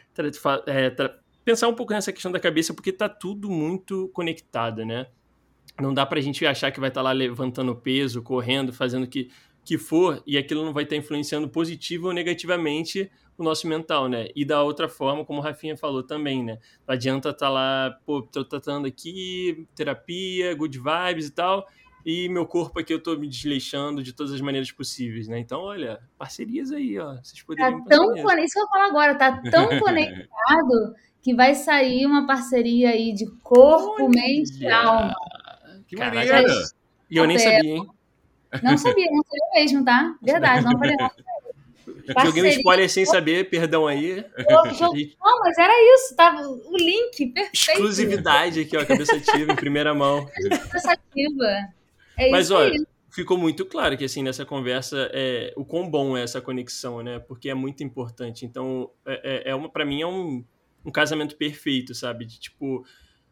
pensar um pouco nessa questão da cabeça, porque tá tudo muito conectado, né? Não dá pra gente achar que vai estar lá levantando peso, correndo, fazendo o que for, e aquilo não vai estar influenciando positivo ou negativamente o nosso mental, né? E da outra forma, como o Rafinha falou também, né? Não adianta estar lá, pô, tô tratando aqui, terapia, good vibes e tal, e meu corpo aqui eu tô me desleixando de todas as maneiras possíveis, né? Então, olha, parcerias aí, ó. Vocês poderiam isso que eu falo agora, tá tão conectado que vai sair uma parceria aí de corpo, mente e alma. Que maneiro! E eu nem sabia, hein? Não sabia mesmo, tá? Verdade, não falei nada. Joguei um spoiler sem saber, perdão aí. Não, mas era isso, tava o link, perfeito. Exclusividade aqui, ó, cabeça ativa, em primeira mão. Cabeça ativa. Mas, olha, ficou muito claro que, assim, nessa conversa, o quão bom é essa conexão, né? Porque é muito importante. Então, pra mim, é um casamento perfeito, sabe? De, tipo,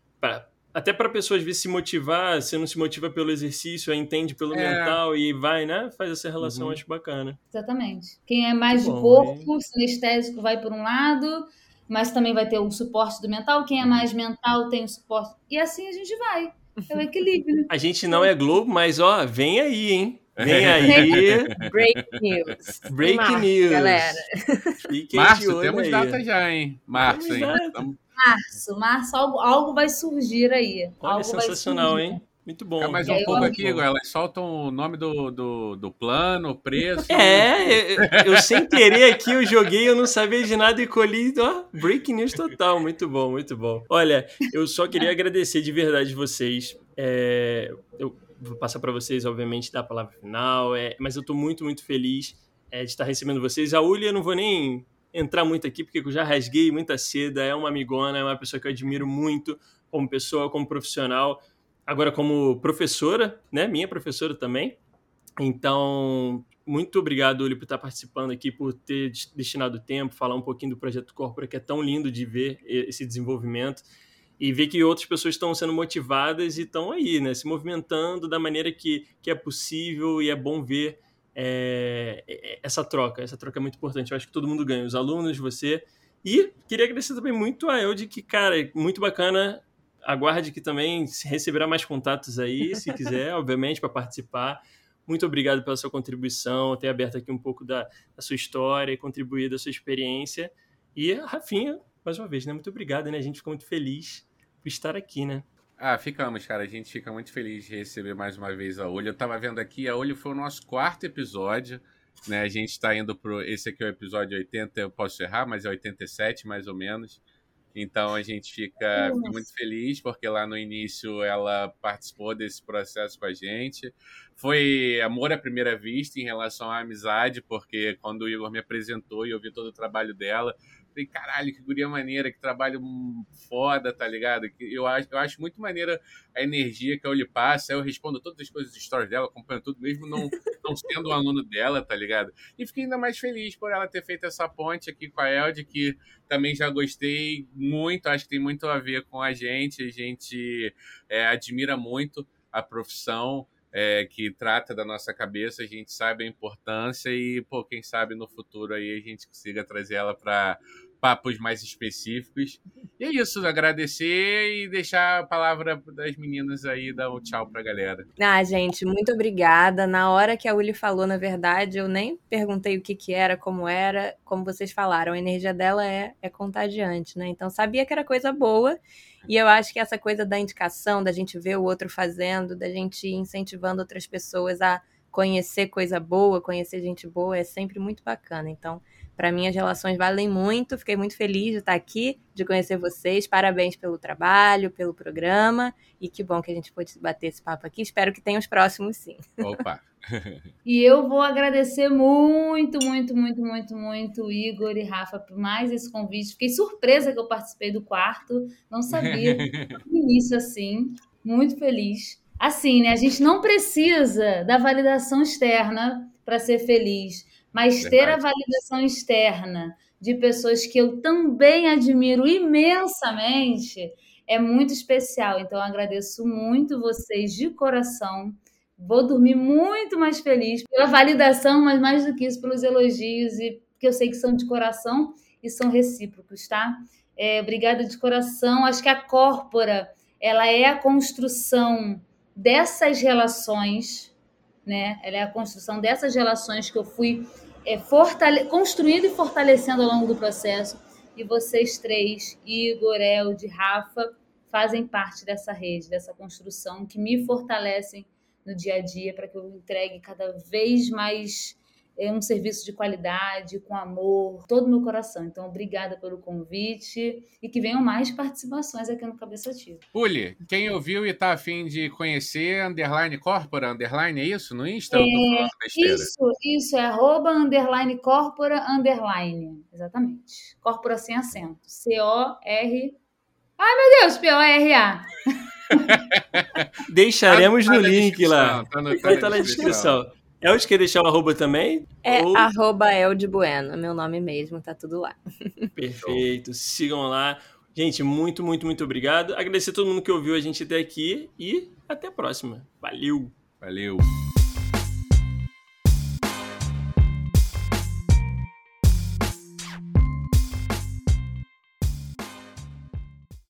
até pra pessoa, às vezes, se motivar, você não se motiva pelo exercício, aí entende pelo mental e vai, né? Faz essa relação, acho bacana. Exatamente. Quem é mais de corpo, sinestésico vai por um lado, mas também vai ter o suporte do mental. Quem é mais mental tem o suporte. E assim a gente vai. É o equilíbrio. A gente não é Globo, mas, ó, vem aí, hein? Vem aí. Break news. Break news. Galera. Março, temos data já, hein? Março, hein? Março, algo vai surgir aí. Olha, algo sensacional, hein? Muito bom. Fica mais um pouco aqui, elas soltam o nome do plano, o preço. Eu sem querer aqui, eu joguei, eu não sabia de nada e colhi, ó, break news total. Muito bom, muito bom. Olha, eu só queria agradecer de verdade vocês. Eu vou passar para vocês, obviamente, dar a palavra final, mas eu tô muito, muito feliz de estar recebendo vocês. A Uli, eu não vou nem entrar muito aqui, porque eu já rasguei muita seda, é uma amigona, é uma pessoa que eu admiro muito como pessoa, como profissional, agora como professora, né, minha professora também. Então, muito obrigado, Uli, por estar participando aqui, por ter destinado tempo, falar um pouquinho do Projeto Corpora, que é tão lindo de ver esse desenvolvimento e ver que outras pessoas estão sendo motivadas e estão aí, né, se movimentando da maneira que é possível, e é bom ver essa troca é muito importante. Eu acho que todo mundo ganha, os alunos, você. E queria agradecer também muito a Elde, que, cara, muito bacana. Aguarde que também receberá mais contatos aí, se quiser, obviamente, para participar. Muito obrigado pela sua contribuição, ter aberto aqui um pouco da sua história e contribuído da sua experiência. E a Rafinha, mais uma vez, né? Muito obrigado, né? A gente ficou muito feliz por estar aqui, né? Ficamos, cara. A gente fica muito feliz de receber mais uma vez a Olho. Eu tava vendo aqui, a Olho foi o nosso 4º episódio, né? A gente tá indo pro... Esse aqui é o episódio 80, eu posso errar, mas é 87, mais ou menos. Então a gente fica muito feliz, porque lá no início ela participou desse processo com a gente. Foi amor à primeira vista em relação à amizade, porque quando o Igor me apresentou e eu vi todo o trabalho dela, falei, caralho, que guria maneira, que trabalho foda, tá ligado? Eu acho muito maneira a energia que a Oli passa. Eu respondo todas as coisas, stories dela, acompanho tudo, mesmo não sendo um aluno dela, tá ligado? E fiquei ainda mais feliz por ela ter feito essa ponte aqui com a Elde, que também já gostei muito, acho que tem muito a ver com a gente admira muito a profissão que trata da nossa cabeça, a gente sabe a importância e, pô, quem sabe no futuro aí a gente consiga trazer ela para papos mais específicos. E é isso, agradecer e deixar a palavra das meninas aí, dar um tchau pra galera. Gente, muito obrigada. Na hora que a Uli falou, na verdade, eu nem perguntei o que era, como vocês falaram, a energia dela é contagiante, né? Então, sabia que era coisa boa, e eu acho que essa coisa da indicação, da gente ver o outro fazendo, da gente ir incentivando outras pessoas a conhecer coisa boa, conhecer gente boa, é sempre muito bacana. Então, para mim, as relações valem muito. Fiquei muito feliz de estar aqui, de conhecer vocês. Parabéns pelo trabalho, pelo programa. E que bom que a gente pôde bater esse papo aqui. Espero que tenha os próximos, sim. Opa! E eu vou agradecer muito, muito, muito, muito, muito, Igor e Rafa, por mais esse convite. Fiquei surpresa que eu participei do 4º. Não sabia. No início, assim. Muito feliz. Assim, né? A gente não precisa da validação externa para ser feliz. Mas ter a validação externa de pessoas que eu também admiro imensamente é muito especial. Então, eu agradeço muito vocês de coração. Vou dormir muito mais feliz pela validação, mas mais do que isso, pelos elogios, e porque eu sei que são de coração e são recíprocos, tá? Obrigada de coração. Acho que a Corpora, ela é a construção dessas relações, né? Ela é a construção dessas relações que eu fui construindo e fortalecendo ao longo do processo. E vocês três, Igor, Elde, Rafa, fazem parte dessa rede, dessa construção que me fortalecem no dia a dia para que eu entregue cada vez mais um serviço de qualidade, com amor, todo o meu coração. Então, obrigada pelo convite e que venham mais participações aqui no Cabeça Ativa. Uli, quem ouviu e tá afim de conhecer, _corpora, é isso? No Insta? Isso, é @_corpora_. Exatamente. Corpora sem acento. C-O-R... Ai, meu Deus, P-O-R-A. Deixaremos no link lá. Vai estar na descrição. Elde quer deixar o arroba também? @EldeBueno, meu nome mesmo, tá tudo lá. Perfeito, sigam lá. Gente, muito, muito, muito obrigado. Agradecer a todo mundo que ouviu a gente até aqui e até a próxima. Valeu! Valeu!